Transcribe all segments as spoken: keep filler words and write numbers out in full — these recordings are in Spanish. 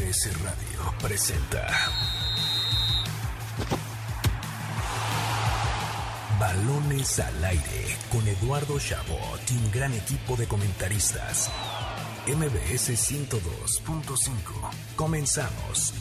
S Radio presenta Balones al Aire con Eduardo Chabot y un gran equipo de comentaristas. M B S ciento dos punto cinco. Comenzamos.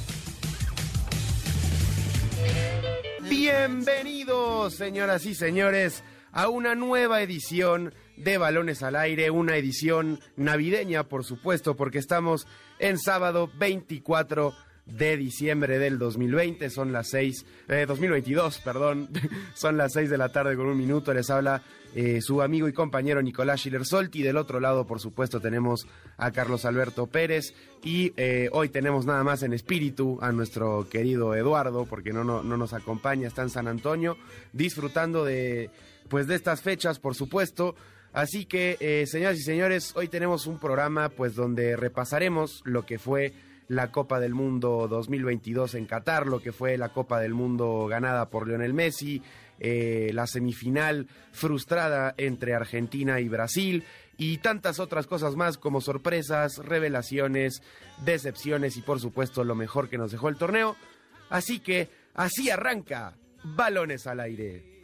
Bienvenidos, señoras y señores, a una nueva edición de Balones al Aire, una edición navideña, por supuesto, porque estamos en sábado veinticuatro de diciembre del dos mil veinte, son las seis, eh, dos mil veintidós, perdón, son las seis de la tarde con un minuto. Les habla eh, su amigo y compañero Nicolás Schiller-Solti. Del otro lado, por supuesto, tenemos a Carlos Alberto Pérez y eh, hoy tenemos nada más en espíritu a nuestro querido Eduardo, porque no, no, no nos acompaña, está en San Antonio, disfrutando de, pues, de estas fechas, por supuesto. Así que, eh, señoras y señores, hoy tenemos un programa pues donde repasaremos lo que fue la Copa del Mundo dos mil veintidós en Qatar, lo que fue la Copa del Mundo ganada por Lionel Messi, eh, la semifinal frustrada entre Argentina y Brasil y tantas otras cosas más como sorpresas, revelaciones, decepciones y por supuesto lo mejor que nos dejó el torneo. Así que así arranca Balones al Aire.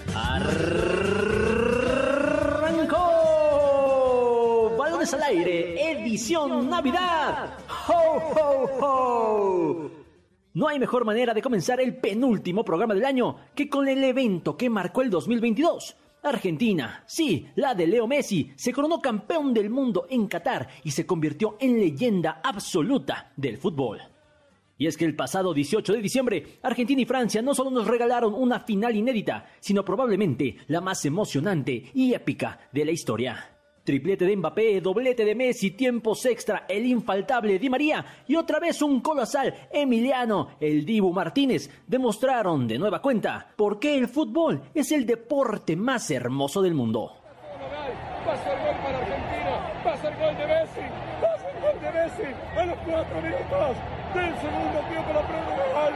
¡Arrancó! Balones al Aire, edición Navidad. ¡Ho, ho, ho! No hay mejor manera de comenzar el penúltimo programa del año que con el evento que marcó el dos mil veintidós. Argentina, sí, la de Leo Messi, se coronó campeón del mundo en Qatar y se convirtió en leyenda absoluta del fútbol. Y es que el pasado dieciocho de diciembre, Argentina y Francia no solo nos regalaron una final inédita, sino probablemente la más emocionante y épica de la historia. Triplete de Mbappé, doblete de Messi, tiempos extra, el infaltable Di María y otra vez un colosal Emiliano, el Dibu Martínez, demostraron de nueva cuenta por qué el fútbol es el deporte más hermoso del mundo. Va a ser gol para Argentina, va a ser gol de Messi, va a ser gol de Messi a los cuatro minutos del segundo tiempo, la prórroga. ¡Gol!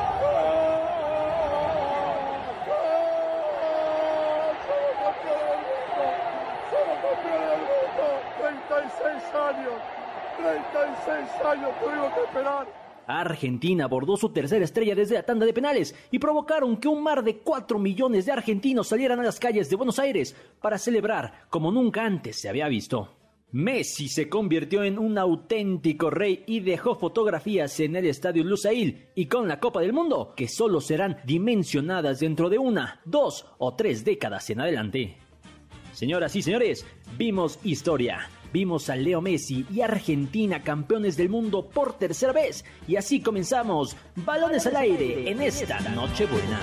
treinta y seis años, treinta y seis años tuvimos que esperar. Argentina abordó su tercera estrella desde la tanda de penales y provocaron que un mar de cuatro millones de argentinos salieran a las calles de Buenos Aires para celebrar como nunca antes se había visto. Messi se convirtió en un auténtico rey y dejó fotografías en el estadio Lusail y con la Copa del Mundo que solo serán dimensionadas dentro de una, dos o tres décadas en adelante. Señoras y señores, vimos historia, vimos a Leo Messi y Argentina campeones del mundo por tercera vez y así comenzamos Balones al Aire en esta Nochebuena.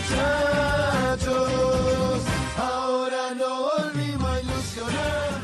Muchachos, ahora no volvimos a ilusionar.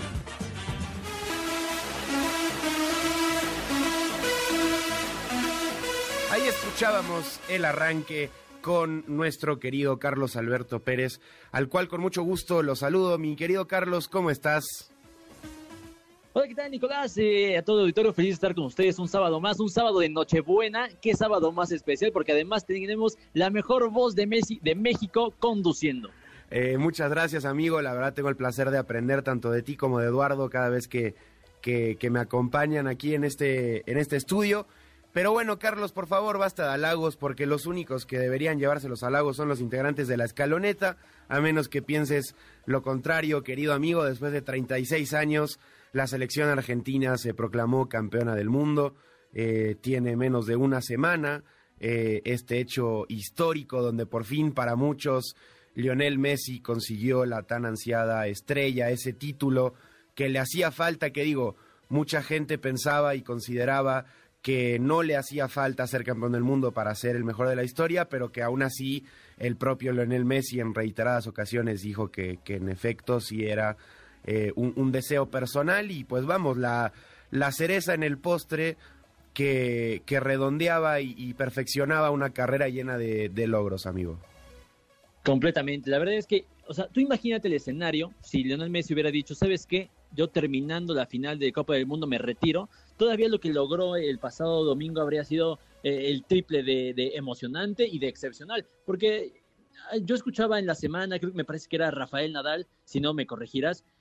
Ahí escuchábamos el arranque con nuestro querido Carlos Alberto Pérez, al cual con mucho gusto lo saludo. Mi querido Carlos, ¿cómo estás? Hola, ¿qué tal, Nicolás? Eh, a todo el auditorio, feliz de estar con ustedes un sábado más, un sábado de Nochebuena. Qué sábado más especial, porque además tenemos la mejor voz de Messi de México conduciendo. Eh, muchas gracias, amigo. La verdad tengo el placer de aprender tanto de ti como de Eduardo cada vez que, que, que me acompañan aquí en este, en este estudio. Pero bueno, Carlos, por favor, basta de halagos, porque los únicos que deberían llevarse los halagos son los integrantes de la escaloneta, a menos que pienses lo contrario, querido amigo. Después de treinta y seis años, la selección argentina se proclamó campeona del mundo. Eh, tiene menos de una semana eh, este hecho histórico donde por fin para muchos Lionel Messi consiguió la tan ansiada estrella, ese título que le hacía falta, que digo, mucha gente pensaba y consideraba que no le hacía falta ser campeón del mundo para ser el mejor de la historia, pero que aún así el propio Lionel Messi en reiteradas ocasiones dijo que, que en efecto sí era eh, un, un deseo personal y pues vamos, la, la cereza en el postre que, que redondeaba y, y perfeccionaba una carrera llena de, de logros, amigo. Completamente, la verdad es que, o sea, tú imagínate el escenario, si Lionel Messi hubiera dicho, ¿sabes qué? Yo terminando la final de Copa del Mundo me retiro. Todavía lo que logró el pasado domingo habría sido eh, el triple de, de emocionante y de excepcional, porque yo escuchaba en la semana, creo que me parece que era Rafael Nadal, si no me corregirás,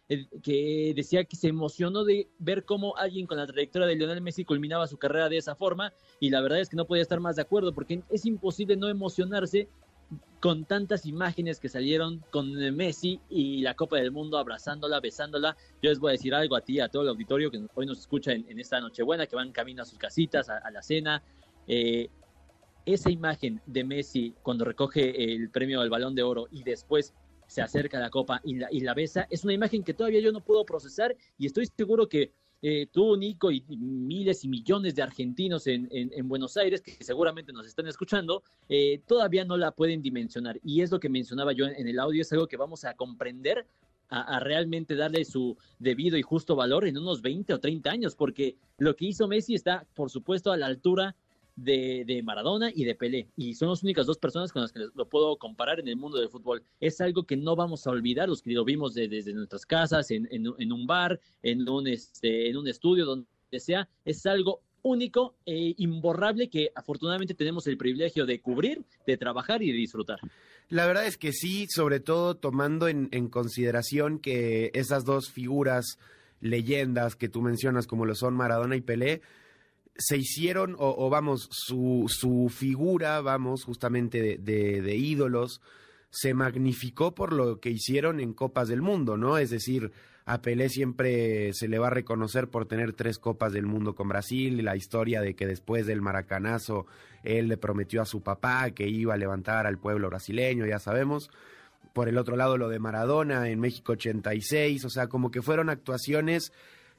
eh, que decía que se emocionó de ver cómo alguien con la trayectoria de Lionel Messi culminaba su carrera de esa forma, y la verdad es que no podía estar más de acuerdo, porque es imposible no emocionarse con tantas imágenes que salieron con Messi y la Copa del Mundo abrazándola, besándola. Yo les voy a decir algo a ti, a todo el auditorio que hoy nos escucha en, en esta Nochebuena, que van camino a sus casitas, a, a la cena. Eh, esa imagen de Messi cuando recoge el premio del Balón de Oro y después se acerca a la Copa y la, y la besa, es una imagen que todavía yo no puedo procesar, y estoy seguro que Eh, tú, Nico, y, y miles y millones de argentinos en, en, en Buenos Aires, que seguramente nos están escuchando, eh, todavía no la pueden dimensionar. Y es lo que mencionaba yo en, en el audio, es algo que vamos a comprender, a, a realmente darle su debido y justo valor en unos veinte o treinta años, porque lo que hizo Messi está, por supuesto, a la altura de, de Maradona y de Pelé, y son las únicas dos personas con las que lo puedo comparar en el mundo del fútbol. Es algo que no vamos a olvidar, los que lo vimos de, desde nuestras casas, en, en, en un bar, en un, este, en un estudio, donde sea. Es algo único e imborrable que afortunadamente tenemos el privilegio de cubrir, de trabajar y de disfrutar. La verdad es que sí, sobre todo tomando en, en consideración que esas dos figuras, leyendas que tú mencionas, como lo son Maradona y Pelé, se hicieron, o, o vamos, su, su figura, vamos, justamente de, de, de ídolos, se magnificó por lo que hicieron en Copas del Mundo, ¿no? Es decir, a Pelé siempre se le va a reconocer por tener tres Copas del Mundo con Brasil, la historia de que después del maracanazo él le prometió a su papá que iba a levantar al pueblo brasileño, ya sabemos. Por el otro lado, lo de Maradona en México ochenta y seis, o sea, como que fueron actuaciones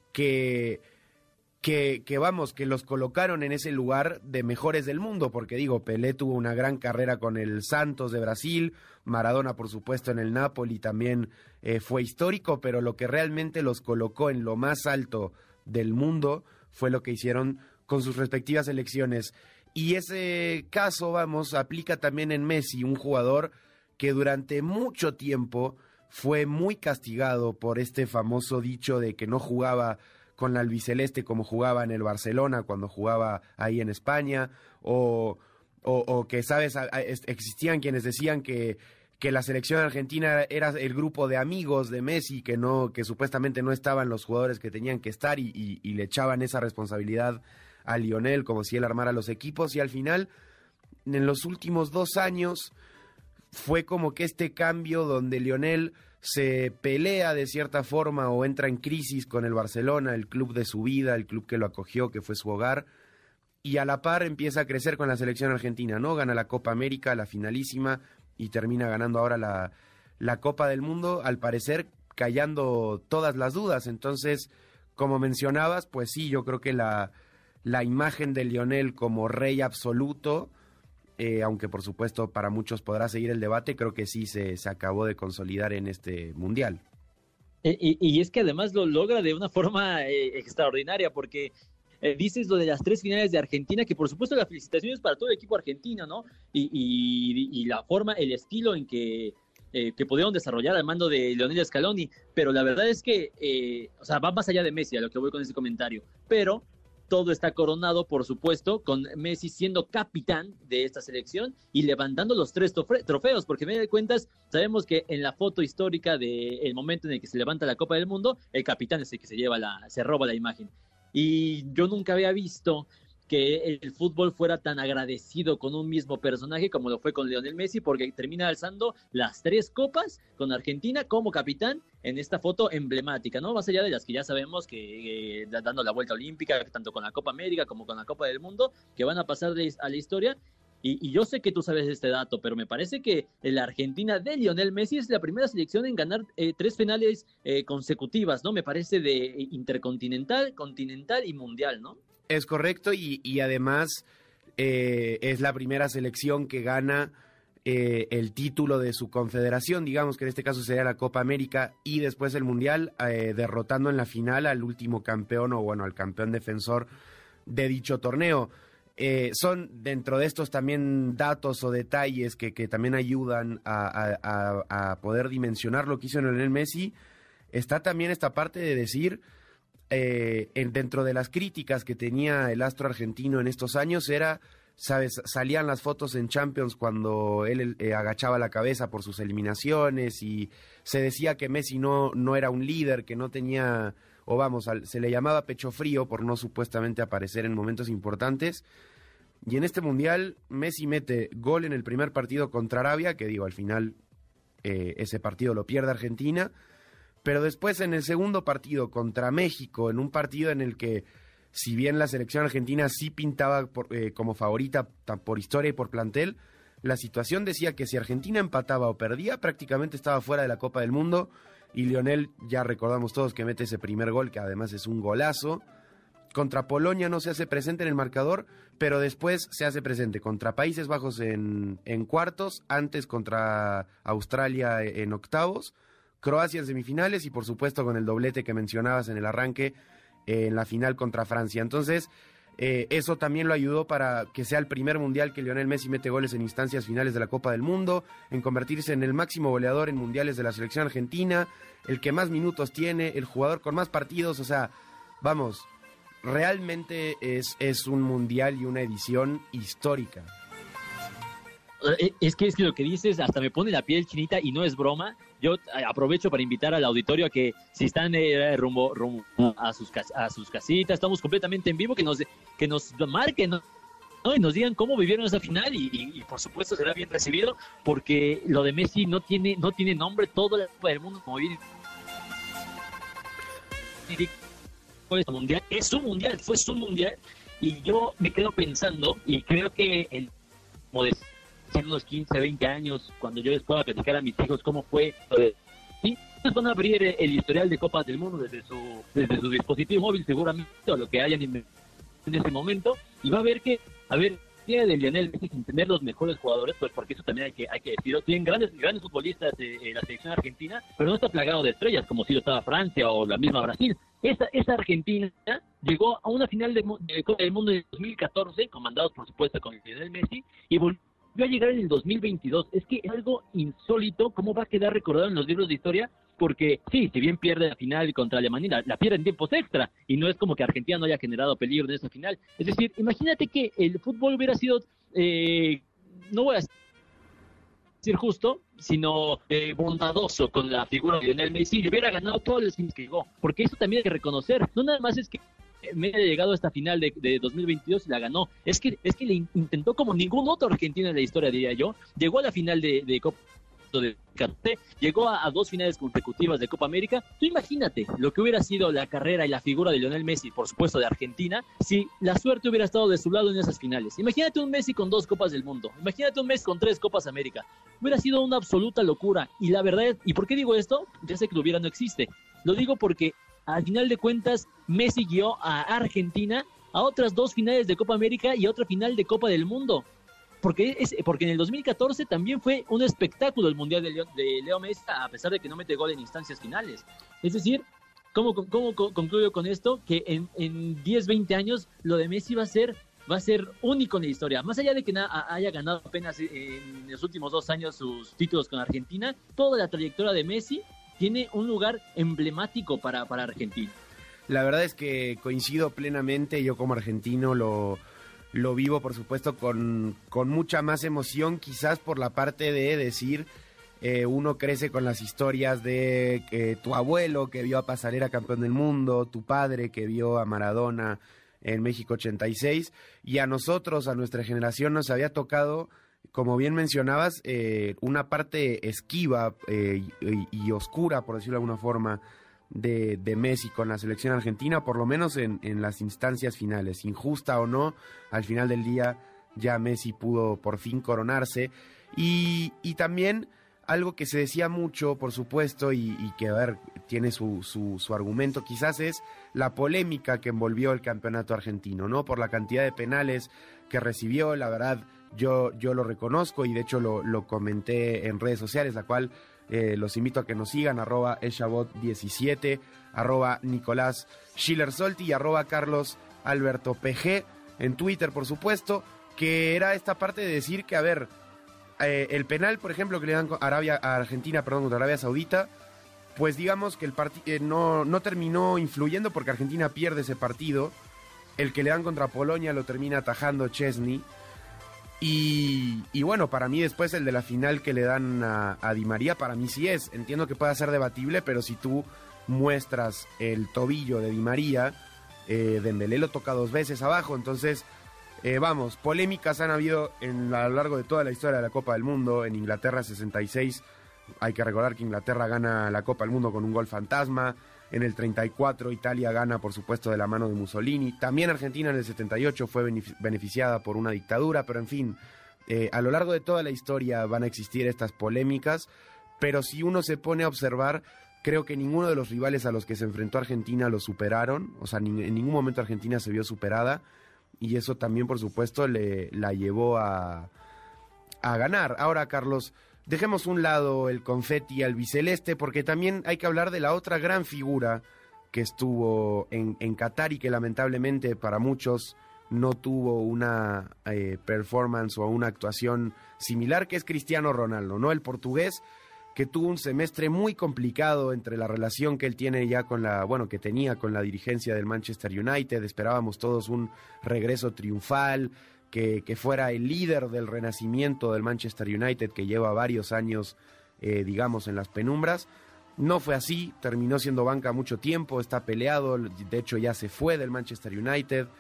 que... Que, que vamos, que los colocaron en ese lugar de mejores del mundo, porque digo, Pelé tuvo una gran carrera con el Santos de Brasil, Maradona por supuesto en el Napoli también eh, fue histórico, pero lo que realmente los colocó en lo más alto del mundo fue lo que hicieron con sus respectivas selecciones. Y ese caso, vamos, aplica también en Messi, un jugador que durante mucho tiempo fue muy castigado por este famoso dicho de que no jugaba con la albiceleste como jugaba en el Barcelona cuando jugaba ahí en España, o, o, o que, ¿sabes? Existían quienes decían que, que la selección argentina era el grupo de amigos de Messi, que no, que supuestamente no estaban los jugadores que tenían que estar, y, y, y le echaban esa responsabilidad a Lionel como si él armara los equipos, y al final, en los últimos dos años, fue como que este cambio donde Lionel se pelea de cierta forma o entra en crisis con el Barcelona, el club de su vida, el club que lo acogió, que fue su hogar, y a la par empieza a crecer con la selección argentina, ¿no? Gana la Copa América, la finalísima, y termina ganando ahora la, la Copa del Mundo, al parecer callando todas las dudas. Entonces, como mencionabas, pues sí, yo creo que la, la imagen de Lionel como rey absoluto, Eh, aunque por supuesto para muchos podrá seguir el debate, creo que sí se, se acabó de consolidar en este Mundial. Y, y es que además lo logra de una forma eh, extraordinaria, porque eh, dices lo de las tres finales de Argentina, que por supuesto las felicitaciones para todo el equipo argentino, ¿no? Y, y, y la forma, el estilo en que, eh, que pudieron desarrollar al mando de Lionel Scaloni, pero la verdad es que, eh, o sea, va más allá de Messi, a lo que voy con ese comentario, pero todo está coronado, por supuesto, con Messi siendo capitán de esta selección y levantando los tres trofeos, porque a fin de cuentas sabemos que en la foto histórica del momento en el que se levanta la Copa del Mundo, el capitán es el que se lleva la, se roba la imagen. Y yo nunca había visto que el fútbol fuera tan agradecido con un mismo personaje como lo fue con Lionel Messi, porque termina alzando las tres copas con Argentina como capitán en esta foto emblemática, ¿no? Más allá de las que ya sabemos que eh, dando la vuelta olímpica, tanto con la Copa América como con la Copa del Mundo, que van a pasar de, a la historia. Y, y yo sé que tú sabes este dato, pero me parece que la Argentina de Lionel Messi es la primera selección en ganar eh, tres finales eh, consecutivas, ¿no? Me parece de eh, intercontinental, continental y mundial, ¿no? Es correcto, y, y además eh, es la primera selección que gana eh, el título de su confederación, digamos que en este caso sería la Copa América, y después el Mundial, eh, derrotando en la final al último campeón, o bueno, al campeón defensor de dicho torneo. Eh, son dentro de estos también datos o detalles que, que también ayudan a, a, a poder dimensionar lo que hizo Lionel Messi. Está también esta parte de decir... Eh, en, dentro de las críticas que tenía el astro argentino en estos años era ¿sabes? Salían las fotos en Champions cuando él eh, agachaba la cabeza por sus eliminaciones y se decía que Messi no, no era un líder, que no tenía, o vamos, al, se le llamaba pecho frío por no supuestamente aparecer en momentos importantes. Y en este Mundial, Messi mete gol en el primer partido contra Arabia, que digo, al final eh, ese partido lo pierde Argentina, pero después en el segundo partido contra México, en un partido en el que si bien la selección argentina sí pintaba por, eh, como favorita por historia y por plantel, la situación decía que si Argentina empataba o perdía, prácticamente estaba fuera de la Copa del Mundo, y Lionel, ya recordamos todos que mete ese primer gol, que además es un golazo. Contra Polonia no se hace presente en el marcador, pero después se hace presente contra Países Bajos en, en cuartos, antes contra Australia en octavos, Croacia en semifinales y por supuesto con el doblete que mencionabas en el arranque, en la final contra Francia. Entonces, eh, eso también lo ayudó para que sea el primer mundial que Lionel Messi mete goles en instancias finales de la Copa del Mundo, en convertirse en el máximo goleador en mundiales de la selección argentina, el que más minutos tiene, el jugador con más partidos. O sea, vamos, realmente es, es un mundial y una edición histórica. Es que es que lo que dices hasta me pone la piel chinita y no es broma. Yo aprovecho para invitar al auditorio a que si están eh, rumbo, rumbo a sus a sus casitas, estamos completamente en vivo, que nos que nos marquen, ¿no? Y nos digan cómo vivieron esa final y, y, y por supuesto será bien recibido, porque lo de Messi no tiene no tiene nombre, todo el mundo como bien mundial es su mundial, fue su mundial, y yo me quedo pensando y creo que el modesto en unos quince, veinte años, cuando yo les pueda platicar a mis hijos cómo fue, sí, pues van a abrir el historial de Copas del Mundo desde su desde su dispositivo móvil seguramente, o lo que hayan en ese momento, y va a ver que, a ver, tiene de Lionel Messi sin tener los mejores jugadores, pues porque eso también hay que hay que decirlo, tienen grandes grandes futbolistas en eh, la selección argentina, pero no está plagado de estrellas como si lo estaba Francia o la misma Brasil. Esa, esa Argentina llegó a una final de, de Copa del Mundo en dos mil catorce, comandados por supuesto con Lionel Messi, y volvió va a llegar en el dos mil veintidós. Es que es algo insólito cómo va a quedar recordado en los libros de historia, porque sí, si bien pierde la final contra Alemania, la, la pierde en tiempos extra, y no es como que Argentina no haya generado peligro en esa final. Es decir, imagínate que el fútbol hubiera sido, eh, no voy a decir justo, sino eh, bondadoso con la figura de Lionel Messi, y hubiera ganado todos los que llegó, porque eso también hay que reconocer. No nada más es que me ha llegado a esta final de, de dos mil veintidós y la ganó. Es que es que le intentó como ningún otro argentino en la historia, diría yo. Llegó a la final de, de Copa de Carté, llegó a, a dos finales consecutivas de Copa América. Tú imagínate lo que hubiera sido la carrera y la figura de Lionel Messi, por supuesto de Argentina, si la suerte hubiera estado de su lado en esas finales. Imagínate un Messi con dos Copas del Mundo, imagínate un Messi con tres Copas América. Hubiera sido una absoluta locura. Y la verdad es, ¿y por qué digo esto? Ya sé que lo hubiera no existe. Lo digo porque al final de cuentas, Messi guió a Argentina a otras dos finales de Copa América y a otra final de Copa del Mundo. Porque, es, porque en el dos mil catorce también fue un espectáculo el Mundial de Leo, de Leo Messi, a pesar de que no mete gol en instancias finales. Es decir, ¿cómo, cómo, cómo concluyo con esto? Que en, en diez, veinte años lo de Messi va a ser va a ser único en la historia. Más allá de que na- haya ganado apenas en los últimos dos años sus títulos con Argentina, toda la trayectoria de Messi tiene un lugar emblemático para, para Argentina. La verdad es que coincido plenamente, yo como argentino lo, lo vivo por supuesto con, con mucha más emoción, quizás por la parte de decir, eh, uno crece con las historias de eh, tu abuelo que vio a Pasarela campeón del mundo, tu padre que vio a Maradona en México ochenta y seis, y a nosotros, a nuestra generación nos había tocado, como bien mencionabas, eh, una parte esquiva eh, y, y oscura, por decirlo de alguna forma, de, de Messi con la selección argentina, por lo menos en, en las instancias finales. Injusta o no, al final del día ya Messi pudo por fin coronarse. Y, y también algo que se decía mucho, por supuesto, y, y que, a ver, tiene su, su, su argumento, quizás es la polémica que envolvió el campeonato argentino, ¿no? Por la cantidad de penales que recibió, la verdad, yo, yo lo reconozco y de hecho lo, lo comenté en redes sociales, la cual eh, los invito a que nos sigan, arroba eshabot diecisiete, arroba Nicolás Schiller-Solti y arroba Carlos Alberto P G, en Twitter, por supuesto, que era esta parte de decir que, a ver, eh, el penal, por ejemplo, que le dan a, Arabia, a Argentina, perdón, contra Arabia Saudita, pues digamos que el partido eh, no, no terminó influyendo porque Argentina pierde ese partido. El que le dan contra Polonia lo termina atajando Chesney. Y, y bueno, para mí después el de la final que le dan a, a Di María, para mí sí es. Entiendo que pueda ser debatible, pero si tú muestras el tobillo de Di María, eh, Dembélé lo toca dos veces abajo. Entonces, eh, vamos, polémicas han habido en, a lo largo de toda la historia de la Copa del Mundo. En Inglaterra sesenta y seis, hay que recordar que Inglaterra gana la Copa del Mundo con un gol fantasma. En el treinta y cuatro, Italia gana, por supuesto, de la mano de Mussolini. También Argentina en el setenta y ocho fue beneficiada por una dictadura, pero en fin, eh, a lo largo de toda la historia van a existir estas polémicas, pero si uno se pone a observar, creo que ninguno de los rivales a los que se enfrentó Argentina lo superaron, o sea, ni, en ningún momento Argentina se vio superada, y eso también, por supuesto, le, la llevó a, a ganar. Ahora, Carlos, dejemos un lado el confeti albiceleste, porque también hay que hablar de la otra gran figura que estuvo en, en Qatar y que lamentablemente para muchos no tuvo una eh, performance o una actuación similar, que es Cristiano Ronaldo, ¿no? El portugués que tuvo un semestre muy complicado entre la relación que él tiene ya con la, bueno, que tenía con la dirigencia del Manchester United. Esperábamos todos un regreso triunfal, Que, que fuera el líder del renacimiento del Manchester United, que lleva varios años, eh, digamos, en las penumbras. No fue así, terminó siendo banca mucho tiempo, está peleado, de hecho ya se fue del Manchester United.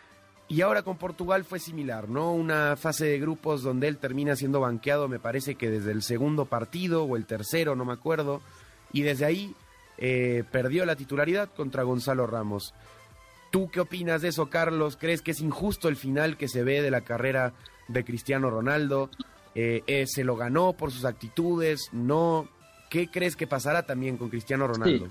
Y ahora con Portugal fue similar, ¿no? Una fase de grupos donde él termina siendo banqueado, me parece que desde el segundo partido o el tercero, no me acuerdo. Y desde ahí eh, perdió la titularidad contra Gonzalo Ramos. ¿Tú qué opinas de eso, Carlos? ¿Crees que es injusto el final que se ve de la carrera de Cristiano Ronaldo? Eh, eh, ¿Se lo ganó por sus actitudes? ¿No? ¿Qué crees que pasará también con Cristiano Ronaldo?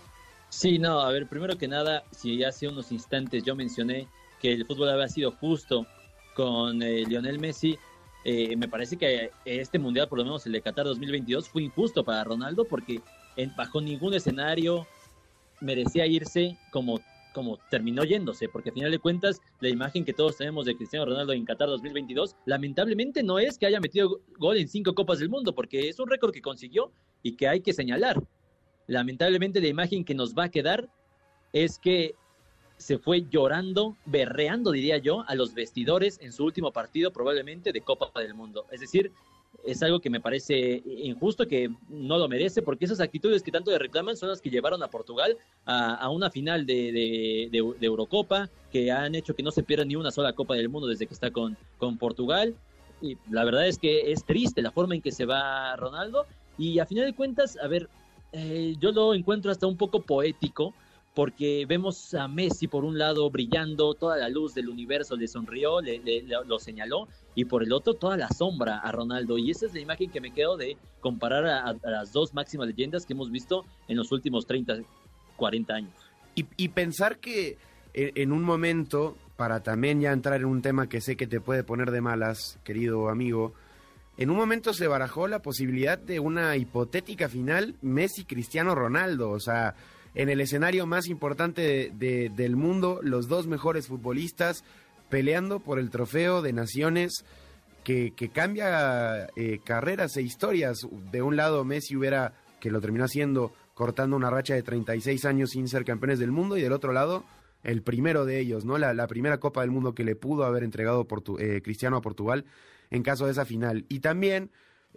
Sí, sí, no, a ver, primero que nada, si hace unos instantes yo mencioné que el fútbol había sido justo con eh, Lionel Messi, eh, me parece que este Mundial, por lo menos el de Qatar dos mil veintidós, fue injusto para Ronaldo porque en, bajo ningún escenario merecía irse como como terminó yéndose, porque al final de cuentas la imagen que todos tenemos de Cristiano Ronaldo en Qatar dos mil veintidós lamentablemente no es que haya metido gol en cinco Copas del Mundo, porque es un récord que consiguió y que hay que señalar. Lamentablemente la imagen que nos va a quedar es que se fue llorando, berreando diría yo, a los vestidores en su último partido probablemente de Copa del Mundo. Es decir, es algo que me parece injusto, que no lo merece, porque esas actitudes que tanto le reclaman son las que llevaron a Portugal a, a una final de, de, de, de Eurocopa, que han hecho que no se pierda ni una sola Copa del Mundo desde que está con, con Portugal. Y la verdad es que es triste la forma en que se va Ronaldo, y a final de cuentas, a ver, eh, yo lo encuentro hasta un poco poético, porque vemos a Messi por un lado brillando, toda la luz del universo le sonrió, le, le, lo señaló, y por el otro toda la sombra a Ronaldo, y esa es la imagen que me quedo de comparar a, a las dos máximas leyendas que hemos visto en los últimos treinta, cuarenta años. Y, y pensar que en, en un momento, para también ya entrar en un tema que sé que te puede poner de malas, querido amigo, en un momento se barajó la posibilidad de una hipotética final Messi-Cristiano Ronaldo, o sea, en el escenario más importante de, de, del mundo, los dos mejores futbolistas peleando por el trofeo de naciones que, que cambia eh, carreras e historias. De un lado Messi hubiera, que lo terminó haciendo, cortando una racha de treinta y seis años sin ser campeones del mundo, y del otro lado el primero de ellos, ¿no? La, la primera Copa del Mundo que le pudo haber entregado Portu- eh, Cristiano a Portugal en caso de esa final. Y también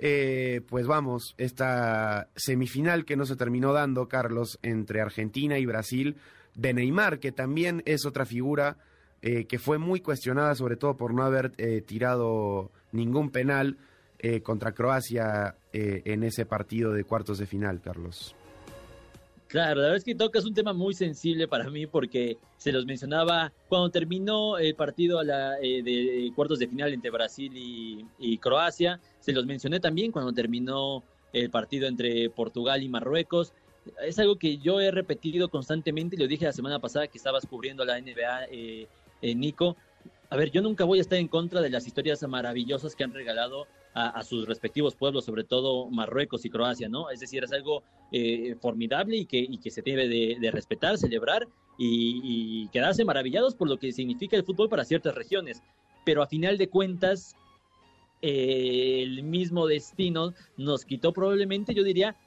Eh, pues vamos, esta semifinal que no se terminó dando, Carlos, entre Argentina y Brasil, de Neymar, que también es otra figura eh, que fue muy cuestionada, sobre todo por no haber eh, tirado ningún penal eh, contra Croacia eh, en ese partido de cuartos de final, Carlos. Claro, la verdad es que tocas un tema muy sensible para mí, porque se los mencionaba cuando terminó el partido a la, eh, de cuartos de final entre Brasil y, y Croacia, se los mencioné también cuando terminó el partido entre Portugal y Marruecos. Es algo que yo he repetido constantemente y lo dije la semana pasada que estabas cubriendo la N B A, eh, eh, Nico. A ver, yo nunca voy a estar en contra de las historias maravillosas que han regalado a, a sus respectivos pueblos, sobre todo Marruecos y Croacia, ¿no? Es decir, es algo eh, formidable y que, y que se debe de, de respetar, celebrar y, y quedarse maravillados por lo que significa el fútbol para ciertas regiones. Pero a final de cuentas, eh, el mismo destino nos quitó probablemente, yo diría,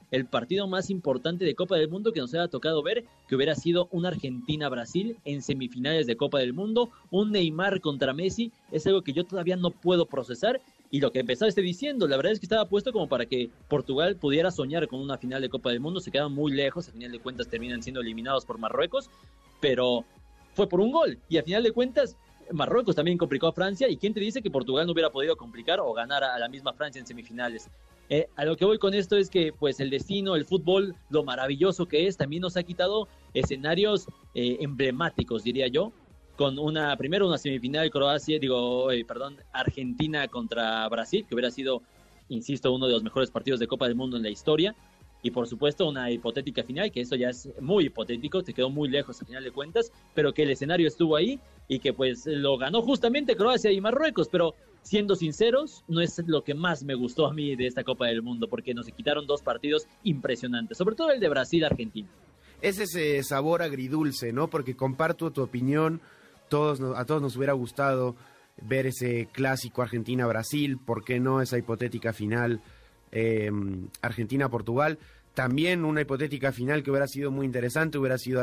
el partido más importante de Copa del Mundo que nos haya tocado ver, que hubiera sido un Argentina-Brasil en semifinales de Copa del Mundo, un Neymar contra Messi, es algo que yo todavía no puedo procesar. Y lo que empezaba este diciendo, la verdad es que estaba puesto como para que Portugal pudiera soñar con una final de Copa del Mundo, se quedan muy lejos, al final de cuentas terminan siendo eliminados por Marruecos, pero fue por un gol, y al final de cuentas Marruecos también complicó a Francia, y quién te dice que Portugal no hubiera podido complicar o ganar a la misma Francia en semifinales. Eh, a lo que voy con esto es que pues el destino, el fútbol, lo maravilloso que es, también nos ha quitado escenarios eh, emblemáticos, diría yo, con una, primero una semifinal Croacia, digo, eh, perdón, Argentina contra Brasil, que hubiera sido, insisto, uno de los mejores partidos de Copa del Mundo en la historia, y por supuesto una hipotética final, que eso ya es muy hipotético, te quedó muy lejos al final de cuentas, pero que el escenario estuvo ahí, y que pues lo ganó justamente Croacia y Marruecos, pero siendo sinceros, no es lo que más me gustó a mí de esta Copa del Mundo, porque nos quitaron dos partidos impresionantes, sobre todo el de Brasil-Argentina. Es ese sabor agridulce, ¿no? Porque comparto tu opinión, todos, a todos nos hubiera gustado ver ese clásico Argentina-Brasil, ¿por qué no esa hipotética final eh, Argentina-Portugal? También una hipotética final que hubiera sido muy interesante, hubiera sido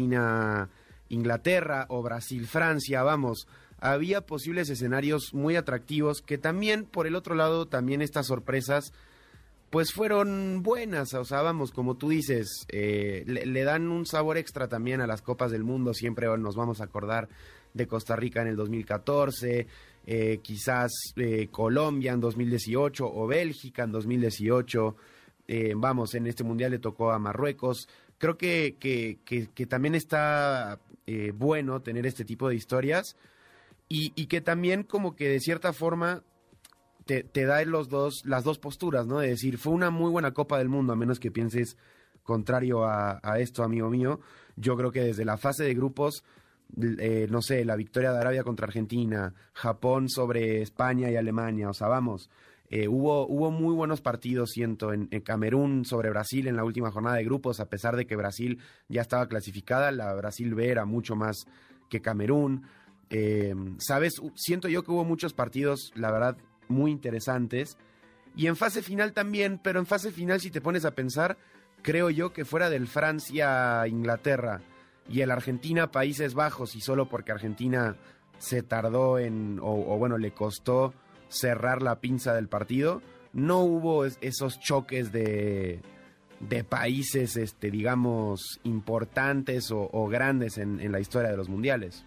Argentina-Inglaterra o Brasil-Francia, vamos, había posibles escenarios muy atractivos que también, por el otro lado, también estas sorpresas pues fueron buenas, o sea, vamos, como tú dices, eh, le, le dan un sabor extra también a las Copas del Mundo, siempre nos vamos a acordar de Costa Rica en el dos mil catorce, eh, quizás eh, Colombia en dos mil dieciocho o Bélgica en dos mil dieciocho, eh, vamos, en este Mundial le tocó a Marruecos. Creo que, que, que, que también está eh, bueno tener este tipo de historias y, y que también como que de cierta forma te, te da los dos, las dos posturas, ¿no? De decir, fue una muy buena Copa del Mundo, a menos que pienses contrario a, a esto, amigo mío. Yo creo que desde la fase de grupos, eh, no sé, la victoria de Arabia contra Argentina, Japón sobre España y Alemania, o sea, vamos, eh, hubo, hubo muy buenos partidos, siento, en, en Camerún sobre Brasil en la última jornada de grupos, a pesar de que Brasil ya estaba clasificada, la Brasil B era mucho más que Camerún. Eh, ¿sabes? Siento yo que hubo muchos partidos, la verdad, muy interesantes, y en fase final también, pero en fase final, si te pones a pensar, creo yo que fuera del Francia-Inglaterra y el Argentina-Países Bajos, y solo porque Argentina se tardó en, o, o bueno, le costó cerrar la pinza del partido, no hubo es, esos choques de, de países, este, digamos, importantes o, o grandes en, en la historia de los mundiales.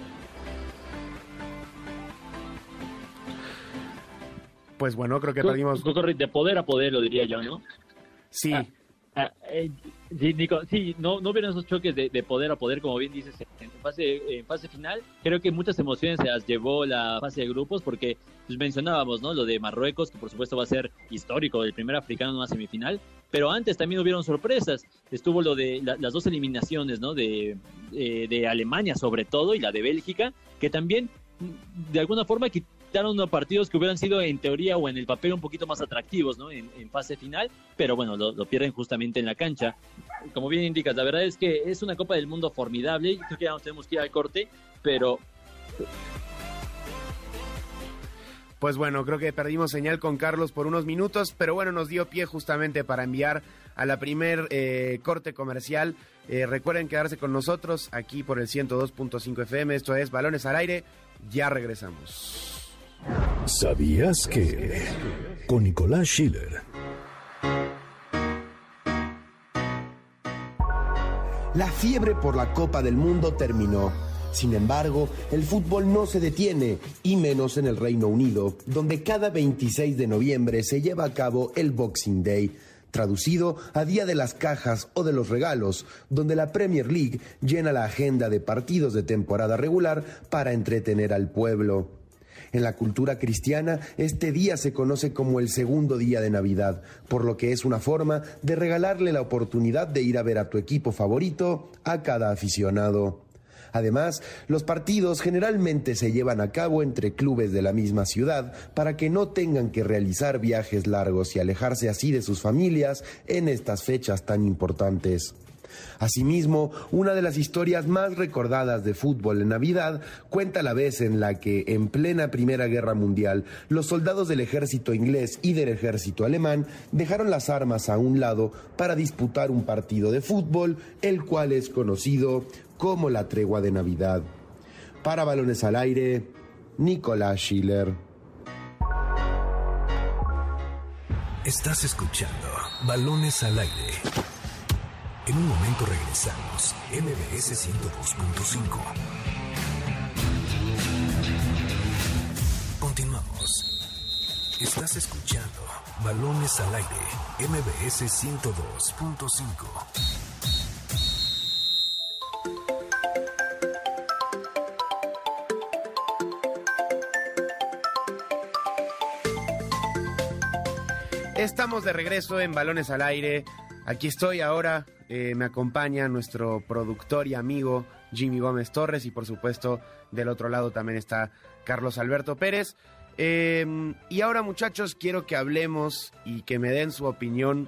Pues bueno, creo que perdimos... De poder a poder, lo diría yo, ¿no? Sí. Ah, ah, eh, sí, Nico, sí, no, no vieron esos choques de, de poder a poder, como bien dices, en fase, en fase final. Creo que muchas emociones se las llevó la fase de grupos, porque pues, mencionábamos, ¿no? Lo de Marruecos, que por supuesto va a ser histórico, el primer africano en una semifinal. Pero antes también hubieron sorpresas. Estuvo lo de la, las dos eliminaciones, ¿no? De, eh, de Alemania, sobre todo, y la de Bélgica, que también, de alguna forma, quitaron partidos que hubieran sido en teoría o en el papel un poquito más atractivos, ¿no? En, en fase final, pero bueno, lo, lo pierden justamente en la cancha. Como bien indicas, la verdad es que es una Copa del Mundo formidable. Creo que ya nos tenemos que ir al corte, pero... Pues bueno, creo que perdimos señal con Carlos por unos minutos, pero bueno, nos dio pie justamente para enviar a la primer eh, corte comercial. Eh, recuerden quedarse con nosotros aquí por el ciento dos punto cinco F M, esto es Balones al Aire, ya regresamos. ¿Sabías que? Con Nicolás Schiller. La fiebre por la Copa del Mundo terminó. Sin embargo, el fútbol no se detiene, y menos en el Reino Unido, donde cada veintiséis de noviembre se lleva a cabo el Boxing Day, traducido a Día de las Cajas o de los Regalos, donde la Premier League llena la agenda de partidos de temporada regular para entretener al pueblo. En la cultura cristiana, este día se conoce como el segundo día de Navidad, por lo que es una forma de regalarle la oportunidad de ir a ver a tu equipo favorito a cada aficionado. Además, los partidos generalmente se llevan a cabo entre clubes de la misma ciudad para que no tengan que realizar viajes largos y alejarse así de sus familias en estas fechas tan importantes. Asimismo, una de las historias más recordadas de fútbol en Navidad cuenta la vez en la que, en plena Primera Guerra Mundial, los soldados del ejército inglés y del ejército alemán dejaron las armas a un lado para disputar un partido de fútbol, el cual es conocido como la Tregua de Navidad. Para Balones al Aire, Nicolás Schiller. Estás escuchando Balones al Aire. En un momento regresamos, M B S ciento dos punto cinco. Continuamos. Estás escuchando Balones al Aire, M B S ciento dos punto cinco. Estamos de regreso en Balones al Aire. Aquí estoy ahora, eh, me acompaña nuestro productor y amigo Jimmy Gómez Torres y por supuesto del otro lado también está Carlos Alberto Pérez. Eh, y ahora, muchachos, quiero que hablemos y que me den su opinión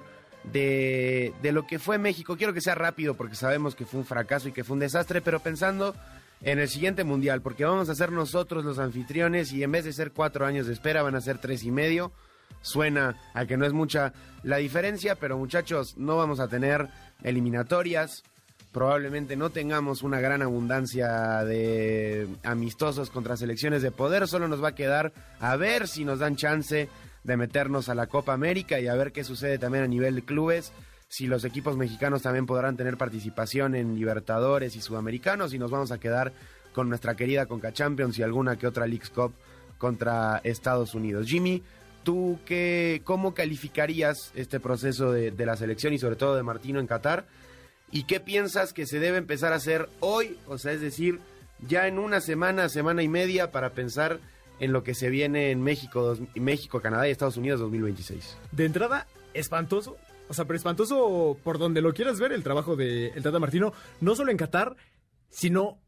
de, de lo que fue México. Quiero que sea rápido porque sabemos que fue un fracaso y que fue un desastre, pero pensando en el siguiente mundial, porque vamos a ser nosotros los anfitriones y en vez de ser cuatro años de espera van a ser tres y medio. Suena a que no es mucha la diferencia, pero muchachos, no vamos a tener eliminatorias, probablemente no tengamos una gran abundancia de amistosos contra selecciones de poder, solo nos va a quedar a ver si nos dan chance de meternos a la Copa América y a ver qué sucede también a nivel de clubes, si los equipos mexicanos también podrán tener participación en Libertadores y Sudamericanos, y nos vamos a quedar con nuestra querida Conca Champions y alguna que otra Leagues Cup contra Estados Unidos. Jimmy, ¿tú qué, cómo calificarías este proceso de, de la selección y sobre todo de Martino en Qatar? ¿Y qué piensas que se debe empezar a hacer hoy? O sea, es decir, ya en una semana, semana y media para pensar en lo que se viene en México, dos, México, Canadá y Estados Unidos dos mil veintiséis. De entrada, espantoso. O sea, pero espantoso por donde lo quieras ver el trabajo de el Tata Martino, no solo en Qatar, sino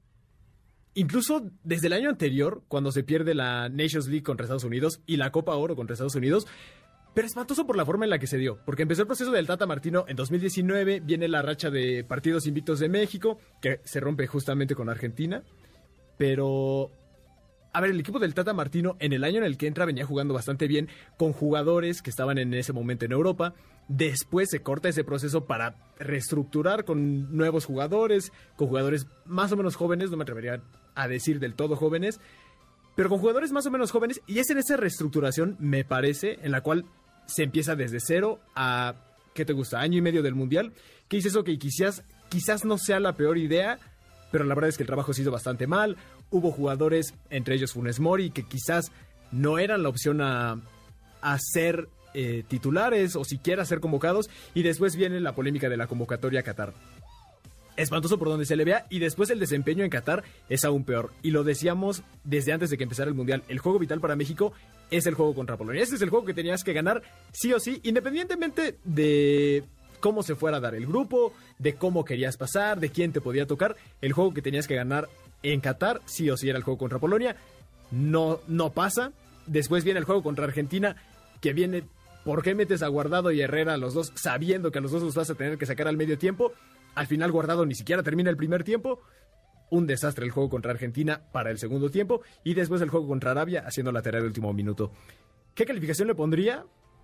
incluso desde el año anterior, cuando se pierde la Nations League contra Estados Unidos y la Copa Oro contra Estados Unidos, pero espantoso por la forma en la que se dio, porque empezó el proceso del Tata Martino en dos mil diecinueve, viene la racha de partidos invictos de México, que se rompe justamente con Argentina, pero a ver, el equipo del Tata Martino en el año en el que entra venía jugando bastante bien con jugadores que estaban en ese momento en Europa. Después se corta ese proceso para reestructurar con nuevos jugadores, con jugadores más o menos jóvenes, no me atrevería a decir del todo jóvenes, pero con jugadores más o menos jóvenes, y es en esa reestructuración, me parece, en la cual se empieza desde cero a, ¿qué te gusta? Año y medio del Mundial, que dices, ok, quizás, quizás no sea la peor idea, pero la verdad es que el trabajo se hizo bastante mal. Hubo jugadores, entre ellos Funes Mori, que quizás no eran la opción a, a ser eh, titulares o siquiera ser convocados, y después viene la polémica de la convocatoria a Qatar. Espantoso por donde se le vea, y después el desempeño en Qatar es aún peor. Y lo decíamos desde antes de que empezara el Mundial, el juego vital para México es el juego contra Polonia. Este es el juego que tenías que ganar sí o sí, independientemente de cómo se fuera a dar el grupo, de cómo querías pasar, de quién te podía tocar. El juego que tenías que ganar en Qatar sí o sí era el juego contra Polonia. No, no pasa. Después viene el juego contra Argentina, que viene, ¿por qué metes a Guardado y Herrera a los dos sabiendo que a los dos los vas a tener que sacar al medio tiempo? Al final Guardado ni siquiera termina el primer tiempo. Un desastre el juego contra Argentina para el segundo tiempo, y después el juego contra Arabia haciendo la tarea de último minuto. ¿Qué calificación le pondría?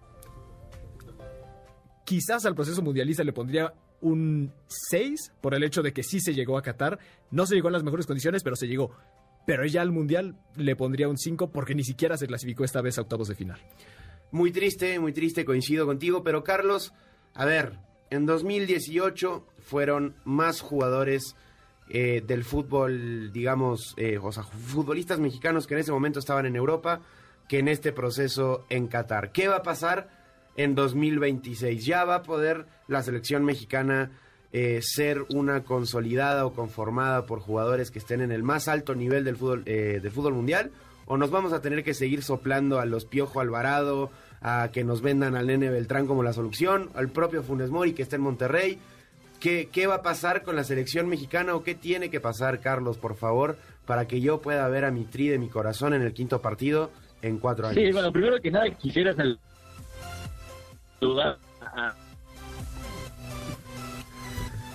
Quizás al proceso mundialista le pondría un seis por el hecho de que sí se llegó a Qatar. No se llegó en las mejores condiciones, pero se llegó. Pero ya al mundial le pondría un cinco porque ni siquiera se clasificó esta vez a octavos de final. Muy triste, muy triste, coincido contigo, pero Carlos, a ver, en dos mil dieciocho fueron más jugadores eh, del fútbol, digamos, eh, o sea, futbolistas mexicanos que en ese momento estaban en Europa, que en este proceso en Qatar. ¿Qué va a pasar en dos mil veintiséis? ¿Ya va a poder la selección mexicana eh, ser una consolidada o conformada por jugadores que estén en el más alto nivel del fútbol, eh, del fútbol mundial? ¿O nos vamos a tener que seguir soplando a los Piojo Alvarado, a que nos vendan al Nene Beltrán como la solución, al propio Funes Mori que está en Monterrey? ¿Qué, ¿Qué va a pasar con la selección mexicana o qué tiene que pasar, Carlos, por favor, para que yo pueda ver a mi tri de mi corazón en el quinto partido en cuatro años? Sí, bueno, primero que nada quisiera saludar a...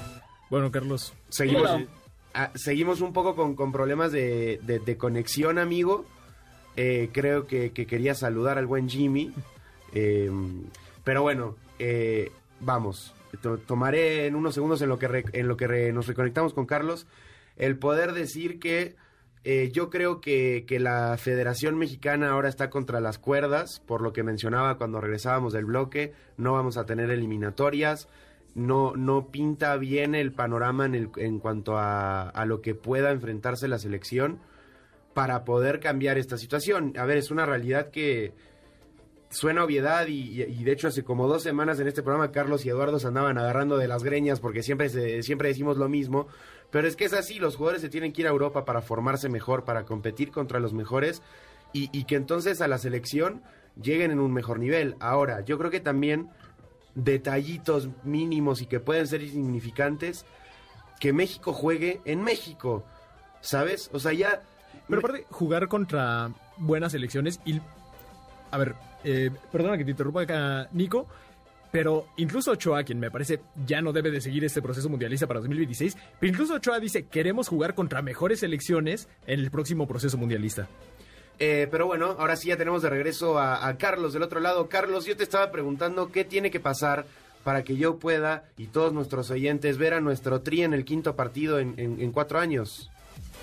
Bueno, Carlos. Seguimos, Hola. ah, seguimos un poco con, con problemas de, de, de conexión, amigo. Eh, creo que, que quería saludar al buen Jimmy. Eh, pero bueno, eh, vamos. To- tomaré en unos segundos en lo que, re- en lo que re- nos reconectamos con Carlos el poder decir que eh, yo creo que, que la Federación Mexicana ahora está contra las cuerdas, por lo que mencionaba cuando regresábamos del bloque. No vamos a tener eliminatorias. No, no pinta bien el panorama en, el, en cuanto a, a lo que pueda enfrentarse la selección para poder cambiar esta situación. A ver, es una realidad que suena obviedad y, y, y de hecho hace como dos semanas en este programa Carlos y Eduardo se andaban agarrando de las greñas porque siempre, se, siempre decimos lo mismo, pero es que es así, los jugadores se tienen que ir a Europa para formarse mejor, para competir contra los mejores y, y que entonces a la selección lleguen en un mejor nivel. Ahora, yo creo que también detallitos mínimos y que pueden ser insignificantes, que México juegue en México, ¿sabes? O sea, ya... Pero aparte, jugar contra buenas selecciones y... A ver, eh, perdona que te interrumpa acá, Nico, pero incluso Ochoa, quien me parece ya no debe de seguir este proceso mundialista para dos mil veintiséis, pero incluso Ochoa dice, queremos jugar contra mejores selecciones en el próximo proceso mundialista. Eh, pero bueno, ahora sí ya tenemos de regreso a, a Carlos del otro lado. Carlos, yo te estaba preguntando qué tiene que pasar para que yo pueda y todos nuestros oyentes ver a nuestro Tri en el quinto partido en, en, en cuatro años.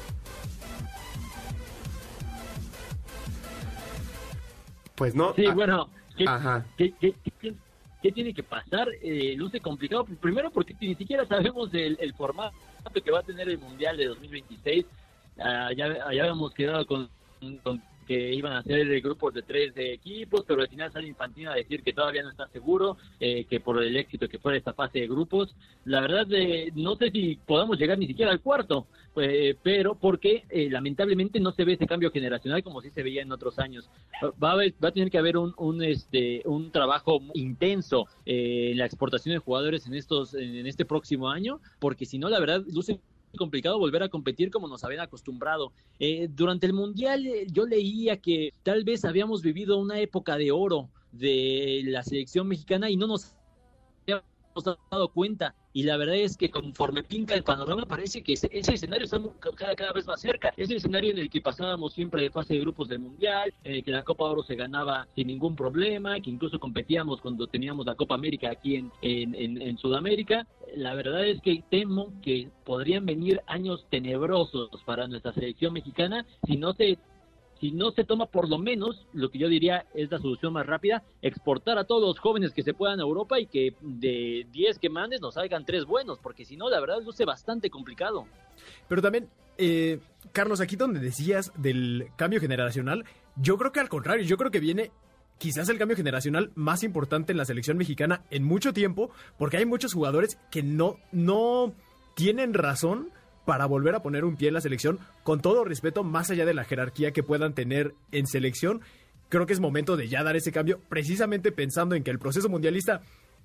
Pues no. Sí, ah, bueno, ¿qué, Ajá. qué- qué- qué- qué tiene que pasar? Eh, luce complicado, primero porque ni siquiera sabemos el, el formato que va a tener el Mundial de dos mil veintiséis. Ah, ya, ya habíamos quedado con, con que iban a ser grupos de tres de equipos, pero al final sale Infantino a decir que todavía no está seguro, eh, que por el éxito que fuera esta fase de grupos. La verdad, eh, no sé si podamos llegar ni siquiera al cuarto, eh, pero porque eh, lamentablemente no se ve ese cambio generacional como sí se veía en otros años. Va a, haber- va a tener que haber un, un, este, un trabajo intenso eh, en la exportación de jugadores en, estos, en este próximo año, porque si no, la verdad, luce complicado volver a competir como nos habían acostumbrado. Eh, durante el Mundial eh, yo leía que tal vez habíamos vivido una época de oro de la selección mexicana y no nos habíamos dado cuenta, y la verdad es que conforme pinta el panorama parece que ese, ese escenario está cada, cada vez más cerca. Es el escenario en el que pasábamos siempre de fase de grupos del Mundial, en el que la Copa Oro se ganaba sin ningún problema, que incluso competíamos cuando teníamos la Copa América aquí en, en, en, en Sudamérica. La verdad es que temo que podrían venir años tenebrosos para nuestra selección mexicana si no se si no se toma por lo menos, lo que yo diría es la solución más rápida, exportar a todos los jóvenes que se puedan a Europa y que de diez que mandes nos salgan tres buenos, porque si no, la verdad luce bastante complicado. Pero también, eh, Carlos, aquí donde decías del cambio generacional, yo creo que al contrario, yo creo que viene quizás el cambio generacional más importante en la selección mexicana en mucho tiempo, porque hay muchos jugadores que no, no tienen razón para volver a poner un pie en la selección, con todo respeto, más allá de la jerarquía que puedan tener en selección. Creo que es momento de ya dar ese cambio, precisamente pensando en que el proceso mundialista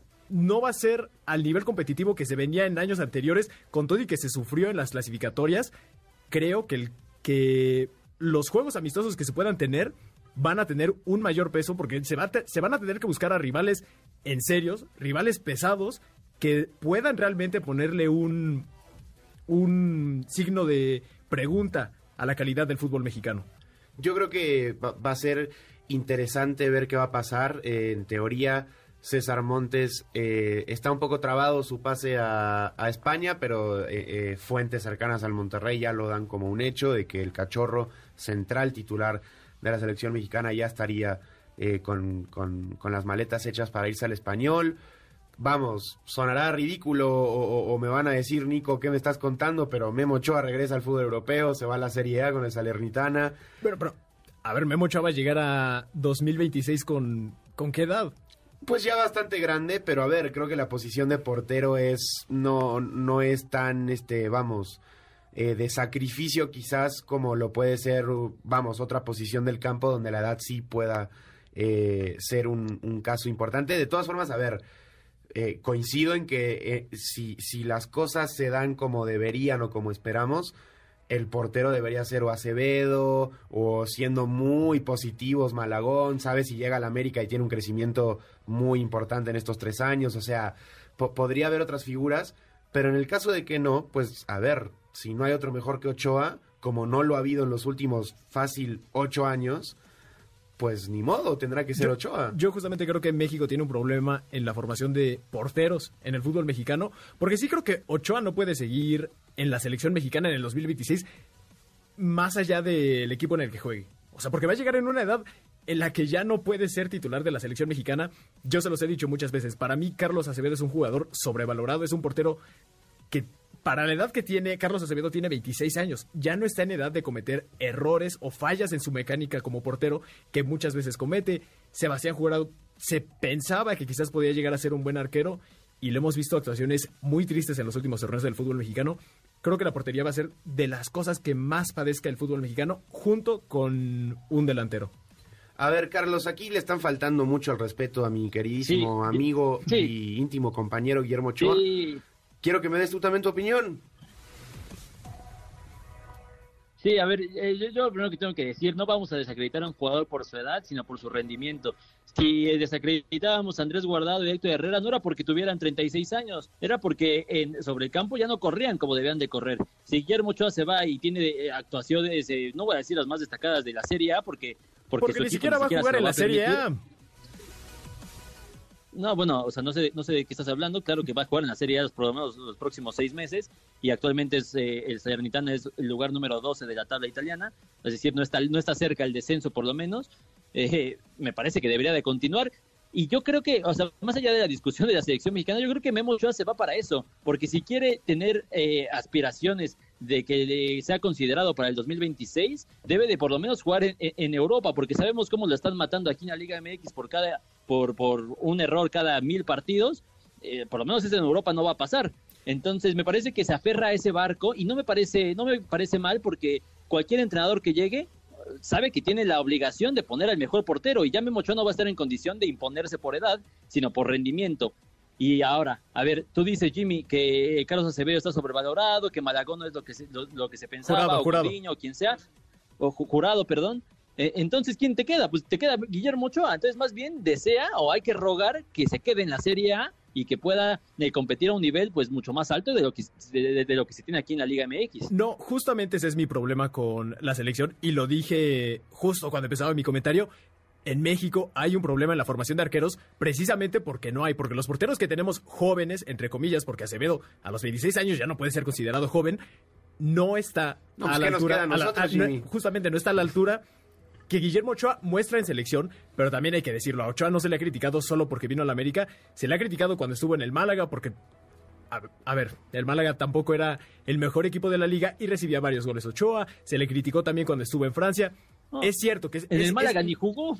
no va a ser al nivel competitivo que se venía en años anteriores, con todo y que se sufrió en las clasificatorias. Creo que, el, que los juegos amistosos que se puedan tener van a tener un mayor peso, porque se, va a te, se van a tener que buscar a rivales en serios, rivales pesados, que puedan realmente ponerle un... un signo de pregunta a la calidad del fútbol mexicano. Yo creo que va, va a ser interesante ver qué va a pasar. Eh, en teoría, César Montes eh, está un poco trabado su pase a, a España, pero eh, eh, fuentes cercanas al Monterrey ya lo dan como un hecho de que el Cachorro, central titular de la selección mexicana, ya estaría eh, con, con, con las maletas hechas para irse al Español. Vamos, sonará ridículo o, o, o me van a decir, Nico, ¿qué me estás contando? Pero Memo Ochoa regresa al fútbol europeo, se va a la Serie A con el Salernitana. Pero, pero, a ver, Memo Ochoa va a llegar a dos mil veintiséis con, ¿con qué edad? Pues ya bastante grande, pero a ver, creo que la posición de portero es no, no es tan, este, vamos, eh, de sacrificio quizás como lo puede ser, vamos, otra posición del campo donde la edad sí pueda eh, ser un, un caso importante. De todas formas, a ver... Eh, coincido en que eh, si, si las cosas se dan como deberían o como esperamos, el portero debería ser o Acevedo o, siendo muy positivos, Malagón, ¿sabes? Si llega a la América y tiene un crecimiento muy importante en estos tres años, o sea, po- podría haber otras figuras, pero en el caso de que no, pues a ver, si no hay otro mejor que Ochoa, como no lo ha habido en los últimos fácil ocho años, pues ni modo, tendrá que ser yo, Ochoa. Yo justamente creo que México tiene un problema en la formación de porteros en el fútbol mexicano, porque sí creo que Ochoa no puede seguir en la selección mexicana en el dos mil veintiséis más allá del equipo en el que juegue. O sea, porque va a llegar en una edad en la que ya no puede ser titular de la selección mexicana. Yo se los he dicho muchas veces, para mí Carlos Acevedo es un jugador sobrevalorado, es un portero que para la edad que tiene, Carlos Acevedo tiene veintiséis años, ya no está en edad de cometer errores o fallas en su mecánica como portero que muchas veces comete. Sebastián Jurado se pensaba que quizás podía llegar a ser un buen arquero y le hemos visto actuaciones muy tristes en los últimos torneos del fútbol mexicano. Creo que la portería va a ser de las cosas que más padezca el fútbol mexicano junto con un delantero. A ver, Carlos, aquí le están faltando mucho el respeto a mi queridísimo sí, amigo sí. y íntimo compañero Guillermo Ochoa. Sí. Quiero que me des tú también tu opinión. Sí, a ver, eh, yo, yo lo primero que tengo que decir, no vamos a desacreditar a un jugador por su edad, sino por su rendimiento. Si eh, desacreditábamos a Andrés Guardado y a Héctor Herrera, no era porque tuvieran treinta y seis años, era porque en, sobre el campo ya no corrían como debían de correr. Si Guillermo Ochoa se va y tiene eh, actuaciones, eh, no voy a decir las más destacadas de la Serie A, porque... Porque, porque ni siquiera va a jugar en la Serie A. No, bueno, o sea, no sé, no sé de qué estás hablando. Claro que va a jugar en la Serie A los, por lo menos los próximos seis meses y actualmente es eh, el Salernitana es el lugar número doce de la tabla italiana, es decir, no está, no está cerca el descenso por lo menos. Eh, me parece que debería de continuar. Y yo creo que, o sea, más allá de la discusión de la selección mexicana, yo creo que Memo Ochoa se va para eso, porque si quiere tener eh, aspiraciones de que sea considerado para el dos mil veintiséis, debe de por lo menos jugar en, en Europa, porque sabemos cómo lo están matando aquí en la Liga M X por cada por por un error cada mil partidos, eh, por lo menos eso en Europa no va a pasar. Entonces me parece que se aferra a ese barco y no me parece no me parece mal, porque cualquier entrenador que llegue sabe que tiene la obligación de poner al mejor portero y ya Memo Ochoa no va a estar en condición de imponerse por edad, sino por rendimiento. Y ahora, a ver, tú dices, Jimmy, que Carlos Acevedo está sobrevalorado, que Malagón no es lo que se, lo, lo que se pensaba, jurado, o jurado. Coutinho, o quien sea, o jurado, perdón. Eh, entonces, ¿quién te queda? Pues te queda Guillermo Ochoa. Entonces, más bien, desea o hay que rogar que se quede en la Serie A y que pueda eh, competir a un nivel pues mucho más alto de lo que de, de, de lo que se tiene aquí en la Liga M X. No, justamente ese es mi problema con la selección y lo dije justo cuando empezaba mi comentario. En México hay un problema en la formación de arqueros precisamente porque no hay, porque los porteros que tenemos jóvenes, entre comillas, porque Acevedo a los veintiséis años ya no puede ser considerado joven, no está no, pues a la altura, a nosotros, la, a, no, justamente no está a la altura que Guillermo Ochoa muestra en selección, pero también hay que decirlo, a Ochoa no se le ha criticado solo porque vino a la América, se le ha criticado cuando estuvo en el Málaga porque... A, a ver, el Málaga tampoco era el mejor equipo de la liga y recibía varios goles Ochoa, se le criticó también cuando estuvo en Francia. Oh, es cierto que... Es, en es, el Málaga es, ni jugó.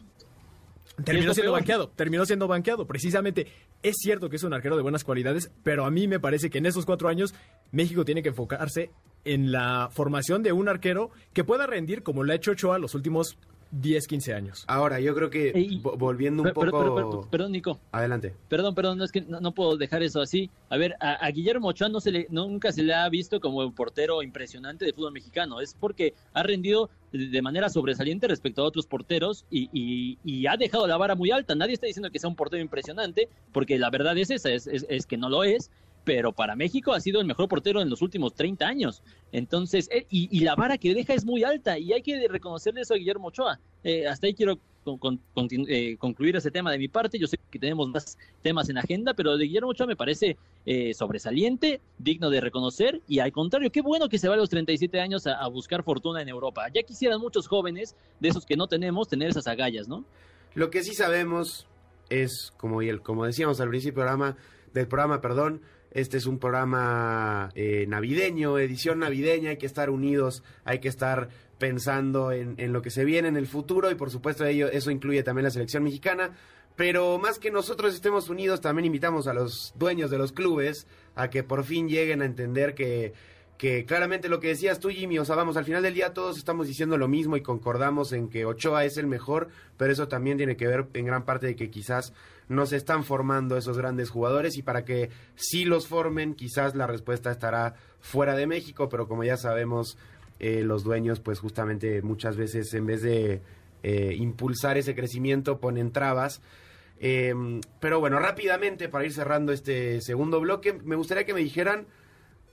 Terminó siendo peor? banqueado, terminó siendo banqueado. Precisamente, es cierto que es un arquero de buenas cualidades, pero a mí me parece que en esos cuatro años México tiene que enfocarse en la formación de un arquero que pueda rendir como lo ha hecho Ochoa los últimos diez, quince años. Ahora, yo creo que Ey, volviendo un pero, poco... Pero, pero, pero, perdón, Nico. Adelante. Perdón, perdón, no, es que no, no puedo dejar eso así. A ver, a, a Guillermo Ochoa no se le, nunca se le ha visto como un portero impresionante de fútbol mexicano. Es porque ha rendido de manera sobresaliente respecto a otros porteros y, y, y ha dejado la vara muy alta. Nadie está diciendo que sea un portero impresionante, porque la verdad es esa, es, es, es que no lo es. Pero para México ha sido el mejor portero en los últimos treinta años. Entonces, eh, y, y la vara que deja es muy alta y hay que reconocerle eso a Guillermo Ochoa. Eh, hasta ahí quiero con, con, continu- eh, concluir ese tema de mi parte. Yo sé que tenemos más temas en agenda, pero de Guillermo Ochoa me parece eh, sobresaliente, digno de reconocer y al contrario, qué bueno que se va a los treinta y siete años a, a buscar fortuna en Europa. Ya quisieran muchos jóvenes de esos que no tenemos tener esas agallas, ¿no? Lo que sí sabemos es, como, y el, como decíamos al principio del programa, del programa, perdón, este es un programa eh, navideño, edición navideña, hay que estar unidos, hay que estar pensando en, en lo que se viene en el futuro y por supuesto ello, eso incluye también la selección mexicana, pero más que nosotros estemos unidos, también invitamos a los dueños de los clubes a que por fin lleguen a entender que, que claramente lo que decías tú, Jimmy, o sea, vamos, al final del día todos estamos diciendo lo mismo y concordamos en que Ochoa es el mejor, pero eso también tiene que ver en gran parte de que quizás no se están formando esos grandes jugadores y para que sí los formen, quizás la respuesta estará fuera de México, pero como ya sabemos, eh, los dueños pues justamente muchas veces en vez de eh, impulsar ese crecimiento ponen trabas. Eh, pero bueno, rápidamente para ir cerrando este segundo bloque, me gustaría que me dijeran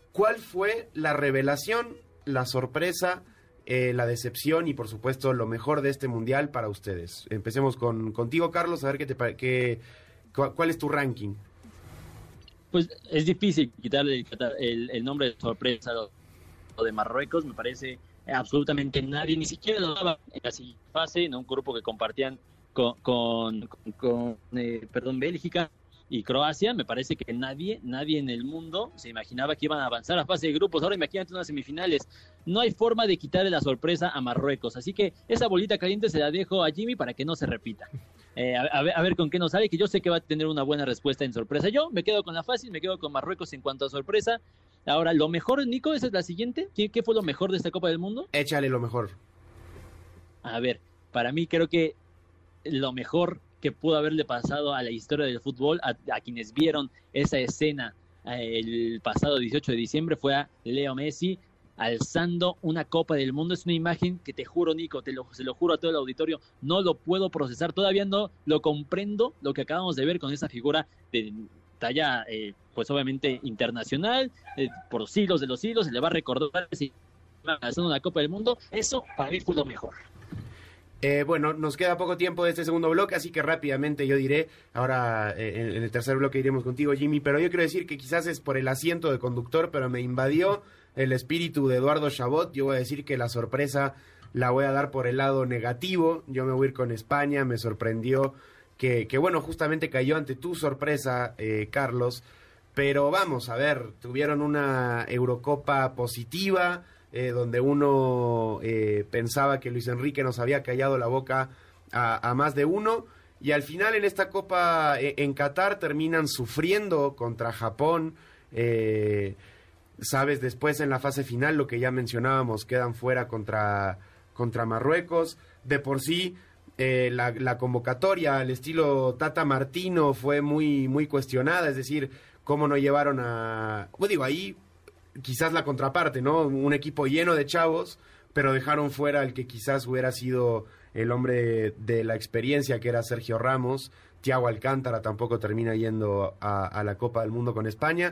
¿cuál fue la revelación, la sorpresa, eh, la decepción y por supuesto lo mejor de este mundial para ustedes? Empecemos con contigo, Carlos, a ver qué te qué, cuál es tu ranking. Pues es difícil quitarle el, el nombre de sorpresa lo de Marruecos. Me parece absolutamente nadie, ni siquiera lo daba en la siguiente fase, en un grupo que compartían con, con, con, con eh, perdón, Bélgica y Croacia. Me parece que nadie, nadie en el mundo se imaginaba que iban a avanzar a fase de grupos. Ahora imagínate unas semifinales. No hay forma de quitarle la sorpresa a Marruecos, así que esa bolita caliente se la dejo a Jimmy para que no se repita. Eh, a, a, ver, a ver con qué nos sale, que yo sé que va a tener una buena respuesta en sorpresa. Yo me quedo con la fácil, me quedo con Marruecos en cuanto a sorpresa. Ahora, lo mejor, Nico, esa es la siguiente. ¿Qué, qué fue lo mejor de esta Copa del Mundo? Échale lo mejor. A ver, para mí creo que lo mejor que pudo haberle pasado a la historia del fútbol, a, a quienes vieron esa escena eh, el pasado dieciocho de diciembre, fue a Leo Messi alzando una Copa del Mundo. Es una imagen que te juro, Nico, te lo, se lo juro a todo el auditorio, no lo puedo procesar, todavía no lo comprendo, lo que acabamos de ver con esa figura de talla, eh, pues obviamente internacional, eh, por siglos de los siglos, se le va a recordar si alzando una Copa del Mundo. Eso para mí fue lo mejor. Eh, bueno, nos queda poco tiempo de este segundo bloque, así que rápidamente yo diré, ahora eh, en, en el tercer bloque iremos contigo, Jimmy, pero yo quiero decir que quizás es por el asiento de conductor, pero me invadió el espíritu de Eduardo Chabot. Yo voy a decir que la sorpresa la voy a dar por el lado negativo. Yo me voy a ir con España. Me sorprendió que, que bueno, justamente cayó ante tu sorpresa, eh, Carlos, pero vamos a ver, tuvieron una Eurocopa positiva, Eh, donde uno eh, pensaba que Luis Enrique nos había callado la boca a, a más de uno, y al final en esta Copa eh, en Qatar terminan sufriendo contra Japón. Eh, sabes, después en la fase final, lo que ya mencionábamos, quedan fuera contra, contra Marruecos. De por sí eh, la, la convocatoria al estilo Tata Martino fue muy, muy cuestionada, es decir, cómo no llevaron a... Pues digo, ahí quizás la contraparte, ¿no? Un equipo lleno de chavos, pero dejaron fuera al que quizás hubiera sido el hombre de la experiencia, que era Sergio Ramos. Thiago Alcántara tampoco termina yendo a, a la Copa del Mundo con España,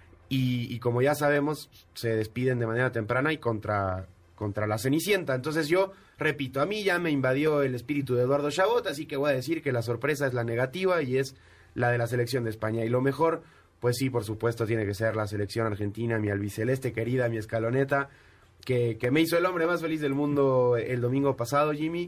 y, y como ya sabemos, se despiden de manera temprana y contra, contra la Cenicienta. Entonces yo, repito, a mí ya me invadió el espíritu de Eduardo Chabot, así que voy a decir que la sorpresa es la negativa y es la de la selección de España, y lo mejor, pues sí, por supuesto, tiene que ser la selección argentina, mi albiceleste querida, mi escaloneta, que, que me hizo el hombre más feliz del mundo el domingo pasado, Jimmy.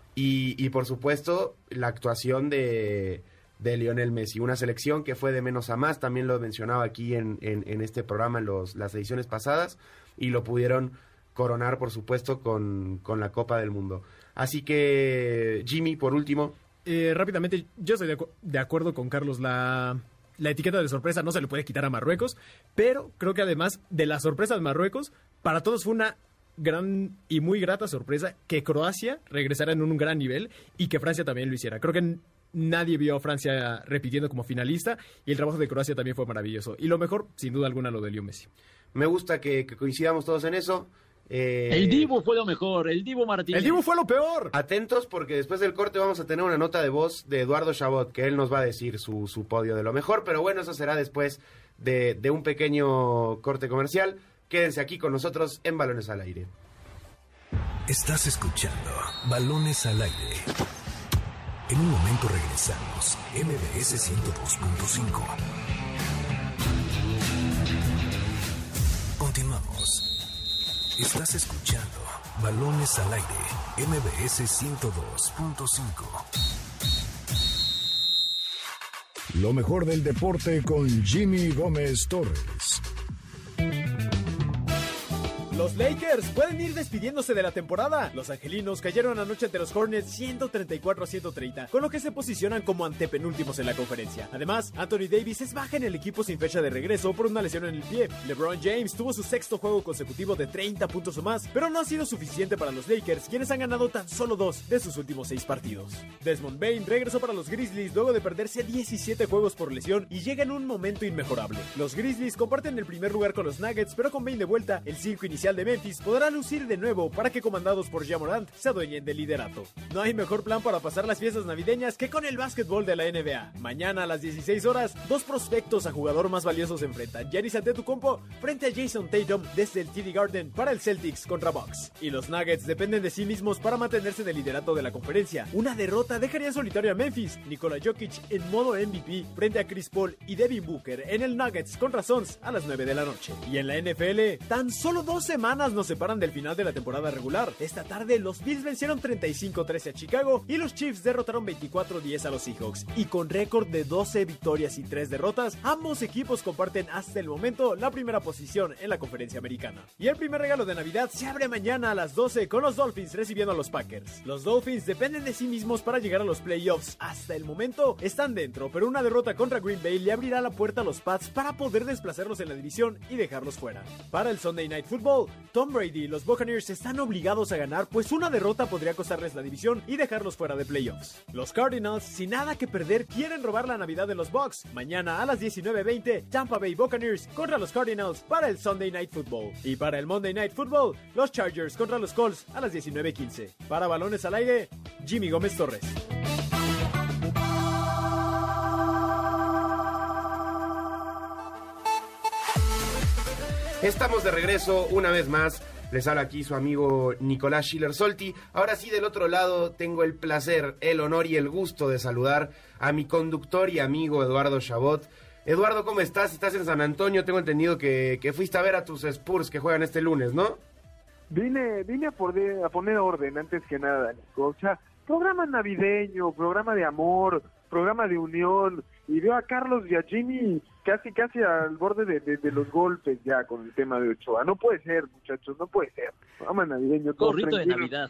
Y, y por supuesto, la actuación de, de Lionel Messi, una selección que fue de menos a más, también lo mencionaba aquí en, en, en este programa, en los, las ediciones pasadas, y lo pudieron coronar, por supuesto, con, con la Copa del Mundo. Así que, Jimmy, por último. Eh, rápidamente, yo estoy de, acu- de acuerdo con Carlos, la... La etiqueta de sorpresa no se le puede quitar a Marruecos, pero creo que además de la sorpresa de Marruecos, para todos fue una gran y muy grata sorpresa que Croacia regresara en un gran nivel y que Francia también lo hiciera. Creo que nadie vio a Francia repitiendo como finalista, y el trabajo de Croacia también fue maravilloso. Y lo mejor, sin duda alguna, lo de Leo Messi. Me gusta que, que coincidamos todos en eso. Eh, el Dibu fue lo mejor, el Dibu Martínez. El Dibu fue lo peor. Atentos, porque después del corte vamos a tener una nota de voz de Eduardo Chabot, que él nos va a decir su, su podio de lo mejor, pero bueno, eso será después de, de un pequeño corte comercial. Quédense aquí con nosotros en Balones al Aire. Estás escuchando Balones al Aire. En un momento regresamos, M B S ciento dos punto cinco. Continuamos. Estás escuchando Balones al Aire, M B S ciento dos punto cinco. Lo mejor del deporte con Jimmy Gómez Torres. Los Lakers pueden ir despidiéndose de la temporada. Los angelinos cayeron anoche ante los Hornets ciento treinta y cuatro a ciento treinta, con lo que se posicionan como antepenúltimos en la conferencia. Además, Anthony Davis es baja en el equipo sin fecha de regreso por una lesión en el pie. LeBron James tuvo su sexto juego consecutivo de treinta puntos o más, pero no ha sido suficiente para los Lakers, quienes han ganado tan solo dos de sus últimos seis partidos. Desmond Bane regresó para los Grizzlies luego de perderse diecisiete juegos por lesión y llega en un momento inmejorable. Los Grizzlies comparten el primer lugar con los Nuggets, pero con Bane de vuelta, el cinco inicial oficial de Memphis podrá lucir de nuevo para que, comandados por Ja Morant, se adueñen del liderato. No hay mejor plan para pasar las fiestas navideñas que con el básquetbol de la N B A. Mañana a las dieciséis horas, dos prospectos a jugador más valioso se enfrentan. Giannis Antetokounmpo frente a Jason Tatum desde el T D Garden para el Celtics contra Bucks. Y los Nuggets dependen de sí mismos para mantenerse en el liderato de la conferencia. Una derrota dejaría en solitario a Memphis. Nikola Jokic en modo M V P frente a Chris Paul y Devin Booker en el Nuggets contra Suns a las nueve de la noche. Y en la N F L, tan solo dos semanas nos separan del final de la temporada regular. Esta tarde los Bills vencieron treinta y cinco trece a Chicago y los Chiefs derrotaron veinticuatro diez a los Seahawks. Y con récord de doce victorias y tres derrotas, ambos equipos comparten hasta el momento la primera posición en la conferencia americana. Y el primer regalo de Navidad se abre mañana a las doce con los Dolphins recibiendo a los Packers. Los Dolphins dependen de sí mismos para llegar a los playoffs. Hasta el momento están dentro, pero una derrota contra Green Bay le abrirá la puerta a los Pats para poder desplazarlos en la división y dejarlos fuera. Para el Sunday Night Football, Tom Brady y los Buccaneers están obligados a ganar, pues una derrota podría costarles la división y dejarlos fuera de playoffs. Los Cardinals, sin nada que perder, quieren robar la Navidad de los Bucks. Mañana a las diecinueve veinte, Tampa Bay Buccaneers contra los Cardinals para el Sunday Night Football. Y para el Monday Night Football, los Chargers contra los Colts a las diecinueve quince. Para Balones al Aire, Jimmy Gómez Torres. Estamos de regreso una vez más. Les habla aquí su amigo Nicolás Schiller Solti. Ahora sí, del otro lado tengo el placer, el honor y el gusto de saludar a mi conductor y amigo Eduardo Chabot. Eduardo, ¿cómo estás? Estás en San Antonio. Tengo entendido que, que fuiste a ver a tus Spurs que juegan este lunes, ¿no? Vine, vine a, poder, a poner orden antes que nada, Nico. O sea, programa navideño, programa de amor, programa de unión. Y veo a Carlos y a Jimmy casi, casi al borde de, de, de los golpes ya con el tema de Ochoa. No puede ser, muchachos, no puede ser. Programa navideño, todo Gorrito de Navidad.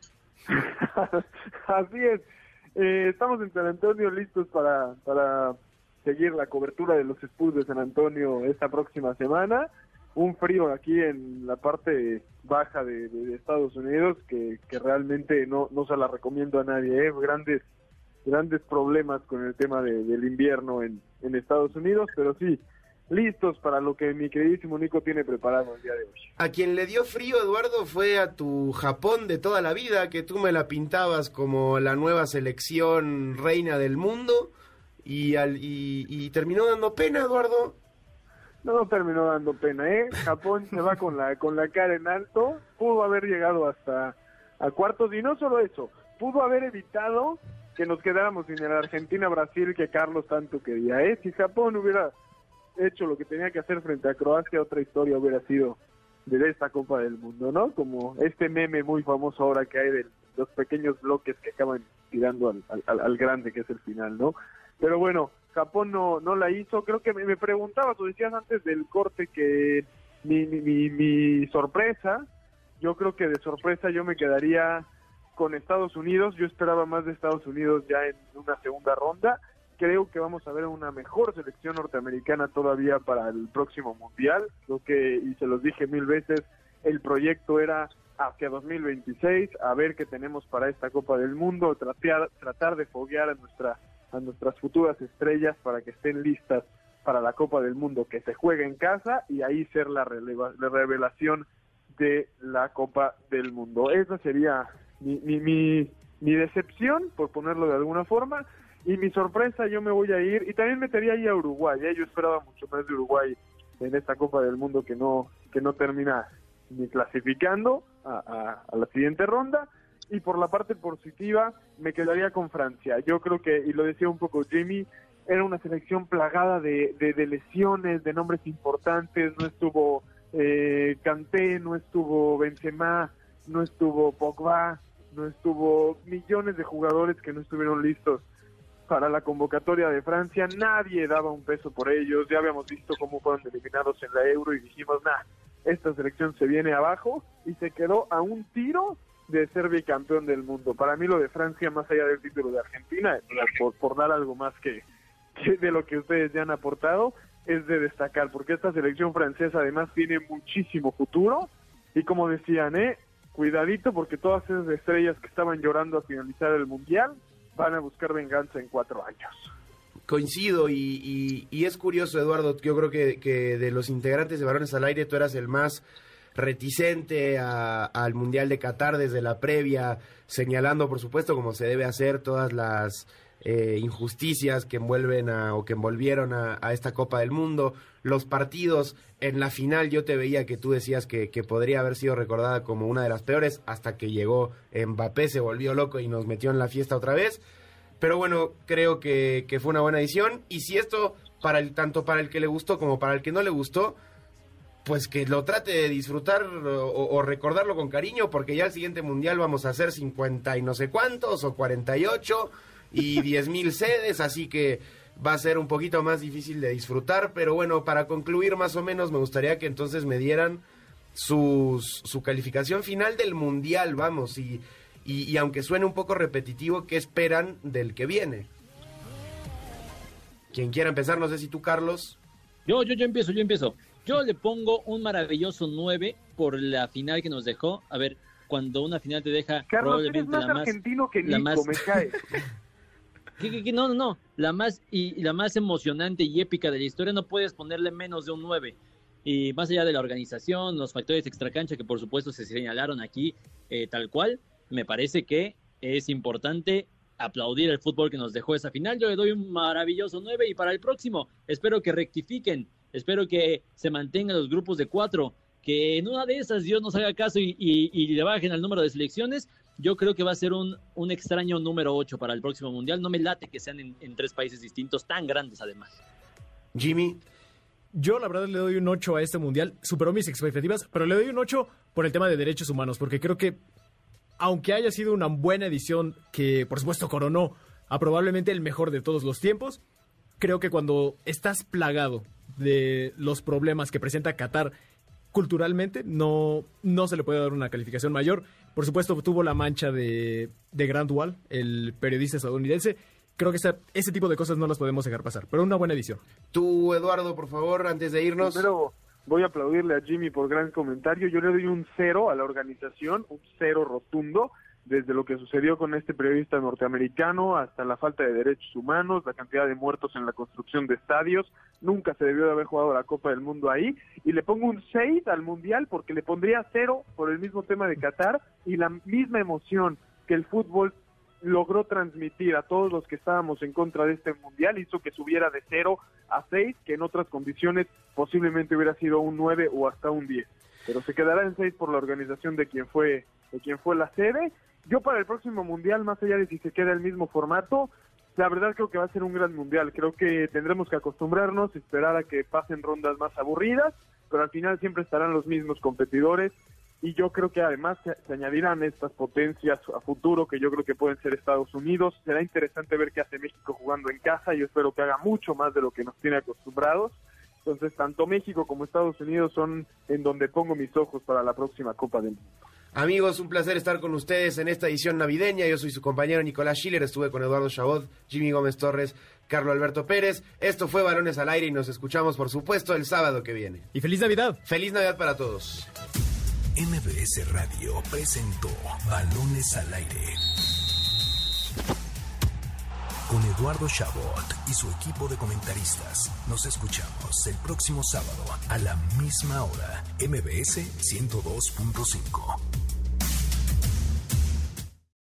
Así es. Eh, estamos en San Antonio listos para, para seguir la cobertura de los Spurs de San Antonio esta próxima semana. Un frío aquí en la parte baja de, de, de Estados Unidos que, que realmente no, no se la recomiendo a nadie. ¿eh? Grandes grandes problemas con el tema de, del invierno en, en Estados Unidos, pero sí, listos para lo que mi queridísimo Nico tiene preparado el día de hoy. A quien le dio frío, Eduardo, fue a tu Japón de toda la vida, que tú me la pintabas como la nueva selección reina del mundo, y, al, y, y terminó dando pena, Eduardo. No, no terminó dando pena, ¿eh? Japón se va con la, con la cara en alto, pudo haber llegado hasta a cuartos, y no solo eso, pudo haber evitado que nos quedáramos sin el Argentina-Brasil que Carlos tanto quería, ¿eh? Si Japón hubiera hecho lo que tenía que hacer frente a Croacia, otra historia hubiera sido de esta Copa del Mundo, ¿no? Como este meme muy famoso ahora que hay de los pequeños bloques que acaban tirando al, al, al grande, que es el final, ¿no? Pero bueno, Japón no, no la hizo. Creo que me, me preguntabas, o decías antes del corte que mi, mi, mi, mi sorpresa, yo creo que de sorpresa yo me quedaría con Estados Unidos. Yo esperaba más de Estados Unidos ya en una segunda ronda. Creo que vamos a ver una mejor selección norteamericana todavía para el próximo Mundial. Creo que, y se los dije mil veces, el proyecto era hacia dos mil veintiséis, a ver qué tenemos para esta Copa del Mundo, tratar, tratar de foguear a, nuestra, a nuestras futuras estrellas para que estén listas para la Copa del Mundo que se juega en casa y ahí ser la, releva, la revelación de la Copa del Mundo. Esa sería Mi, mi, mi, mi decepción, por ponerlo de alguna forma, y mi sorpresa. Yo me voy a ir, y también metería ahí a Uruguay, ¿eh? Yo esperaba mucho más de Uruguay en esta Copa del Mundo que no que no termina ni clasificando a, a, a la siguiente ronda, y por la parte positiva me quedaría con Francia. Yo creo que, y lo decía un poco Jimmy, era una selección plagada de, de, de lesiones, de nombres importantes. No estuvo eh, Kanté, no estuvo Benzema, no estuvo Pogba, no estuvo millones de jugadores que no estuvieron listos para la convocatoria de Francia. Nadie daba un peso por ellos. Ya habíamos visto cómo fueron eliminados en la Euro y dijimos, nah, esta selección se viene abajo, y se quedó a un tiro de ser bicampeón del mundo. Para mí lo de Francia, más allá del título de Argentina, por, por dar algo más que, que de lo que ustedes ya han aportado, es de destacar, porque esta selección francesa además tiene muchísimo futuro, y como decían, eh cuidadito, porque todas esas estrellas que estaban llorando a finalizar el Mundial van a buscar venganza en cuatro años. Coincido, y, y, y es curioso, Eduardo, yo creo que, que de los integrantes de Balones al Aire tú eras el más reticente a, al Mundial de Qatar desde la previa, señalando, por supuesto, como se debe hacer, todas las eh, injusticias que envuelven a, o que envolvieron a, a esta Copa del Mundo. Los partidos en la final, yo te veía que tú decías que, que podría haber sido recordada como una de las peores, hasta que llegó Mbappé, se volvió loco y nos metió en la fiesta otra vez. Pero bueno, creo que, que fue una buena edición, y si esto, para el tanto para el que le gustó como para el que no le gustó, pues que lo trate de disfrutar o, o recordarlo con cariño, porque ya el siguiente mundial vamos a hacer cincuenta y no sé cuántos, o cuarenta y ocho, y diez mil sedes, así que va a ser un poquito más difícil de disfrutar. Pero bueno, para concluir más o menos, me gustaría que entonces me dieran sus, su calificación final del mundial, vamos, y, y, y aunque suene un poco repetitivo, ¿qué esperan del que viene? Quien quiera empezar, no sé si tú, Carlos. Yo, yo, yo empiezo, yo empiezo. Yo le pongo un maravilloso nueve por la final que nos dejó. A ver, cuando una final te deja Carlos, probablemente eres más la más... argentino que la Nico, más... me cae. ¿Qué, qué, qué? No, no, no. La más, y, la más emocionante y épica de la historia, no puedes ponerle menos de un nueve. Y más allá de la organización, los factores extracancha que por supuesto se señalaron aquí eh, tal cual, me parece que es importante aplaudir el fútbol que nos dejó esa final. Yo le doy un maravilloso nueve, y para el próximo espero que rectifiquen, espero que se mantengan los grupos de cuatro, que en una de esas Dios nos haga caso y, y, y le bajen al número de selecciones. Yo creo que va a ser un, un extraño número ocho para el próximo mundial. No me late que sean en, en tres países distintos, tan grandes además. Jimmy. Yo la verdad le doy un ocho a este mundial, superó mis expectativas, pero le doy un ocho por el tema de derechos humanos, porque creo que aunque haya sido una buena edición que por supuesto coronó a probablemente el mejor de todos los tiempos, creo que cuando estás plagado de los problemas que presenta Qatar culturalmente, no, no se le puede dar una calificación mayor. Por supuesto tuvo la mancha de, de Grant Wall, el periodista estadounidense. Creo que esta, ese tipo de cosas no las podemos dejar pasar, pero una buena edición. Tú, Eduardo, por favor, antes de irnos. Primero voy a aplaudirle a Jimmy por gran comentario. Yo le doy un cero a la organización, un cero rotundo, desde lo que sucedió con este periodista norteamericano hasta la falta de derechos humanos, la cantidad de muertos en la construcción de estadios. Nunca se debió de haber jugado la Copa del Mundo ahí. Y le pongo un seis al Mundial, porque le pondría cero por el mismo tema de Qatar y la misma emoción que el fútbol logró transmitir a todos los que estábamos en contra de este mundial, hizo que subiera de cero a seis, que en otras condiciones posiblemente hubiera sido un nueve o hasta un diez. Pero se quedará en seis por la organización de quien fue de quien fue la sede. Yo para el próximo mundial, más allá de si se queda el mismo formato, la verdad creo que va a ser un gran mundial. Creo que tendremos que acostumbrarnos, esperar a que pasen rondas más aburridas, pero al final siempre estarán los mismos competidores. Y yo creo que además se, se añadirán estas potencias a futuro, que yo creo que pueden ser Estados Unidos. Será interesante ver qué hace México jugando en casa. Yo espero que haga mucho más de lo que nos tiene acostumbrados. Entonces, tanto México como Estados Unidos son en donde pongo mis ojos para la próxima Copa del Mundo. Amigos, un placer estar con ustedes en esta edición navideña. Yo soy su compañero Nicolás Schiller, estuve con Eduardo Chabot, Jimmy Gómez Torres, Carlos Alberto Pérez. Esto fue Balones al Aire y nos escuchamos, por supuesto, el sábado que viene. Y ¡feliz Navidad! ¡Feliz Navidad para todos! M B S Radio presentó Balones al Aire con Eduardo Chabot y su equipo de comentaristas. Nos escuchamos el próximo sábado a la misma hora. M B S ciento dos punto cinco.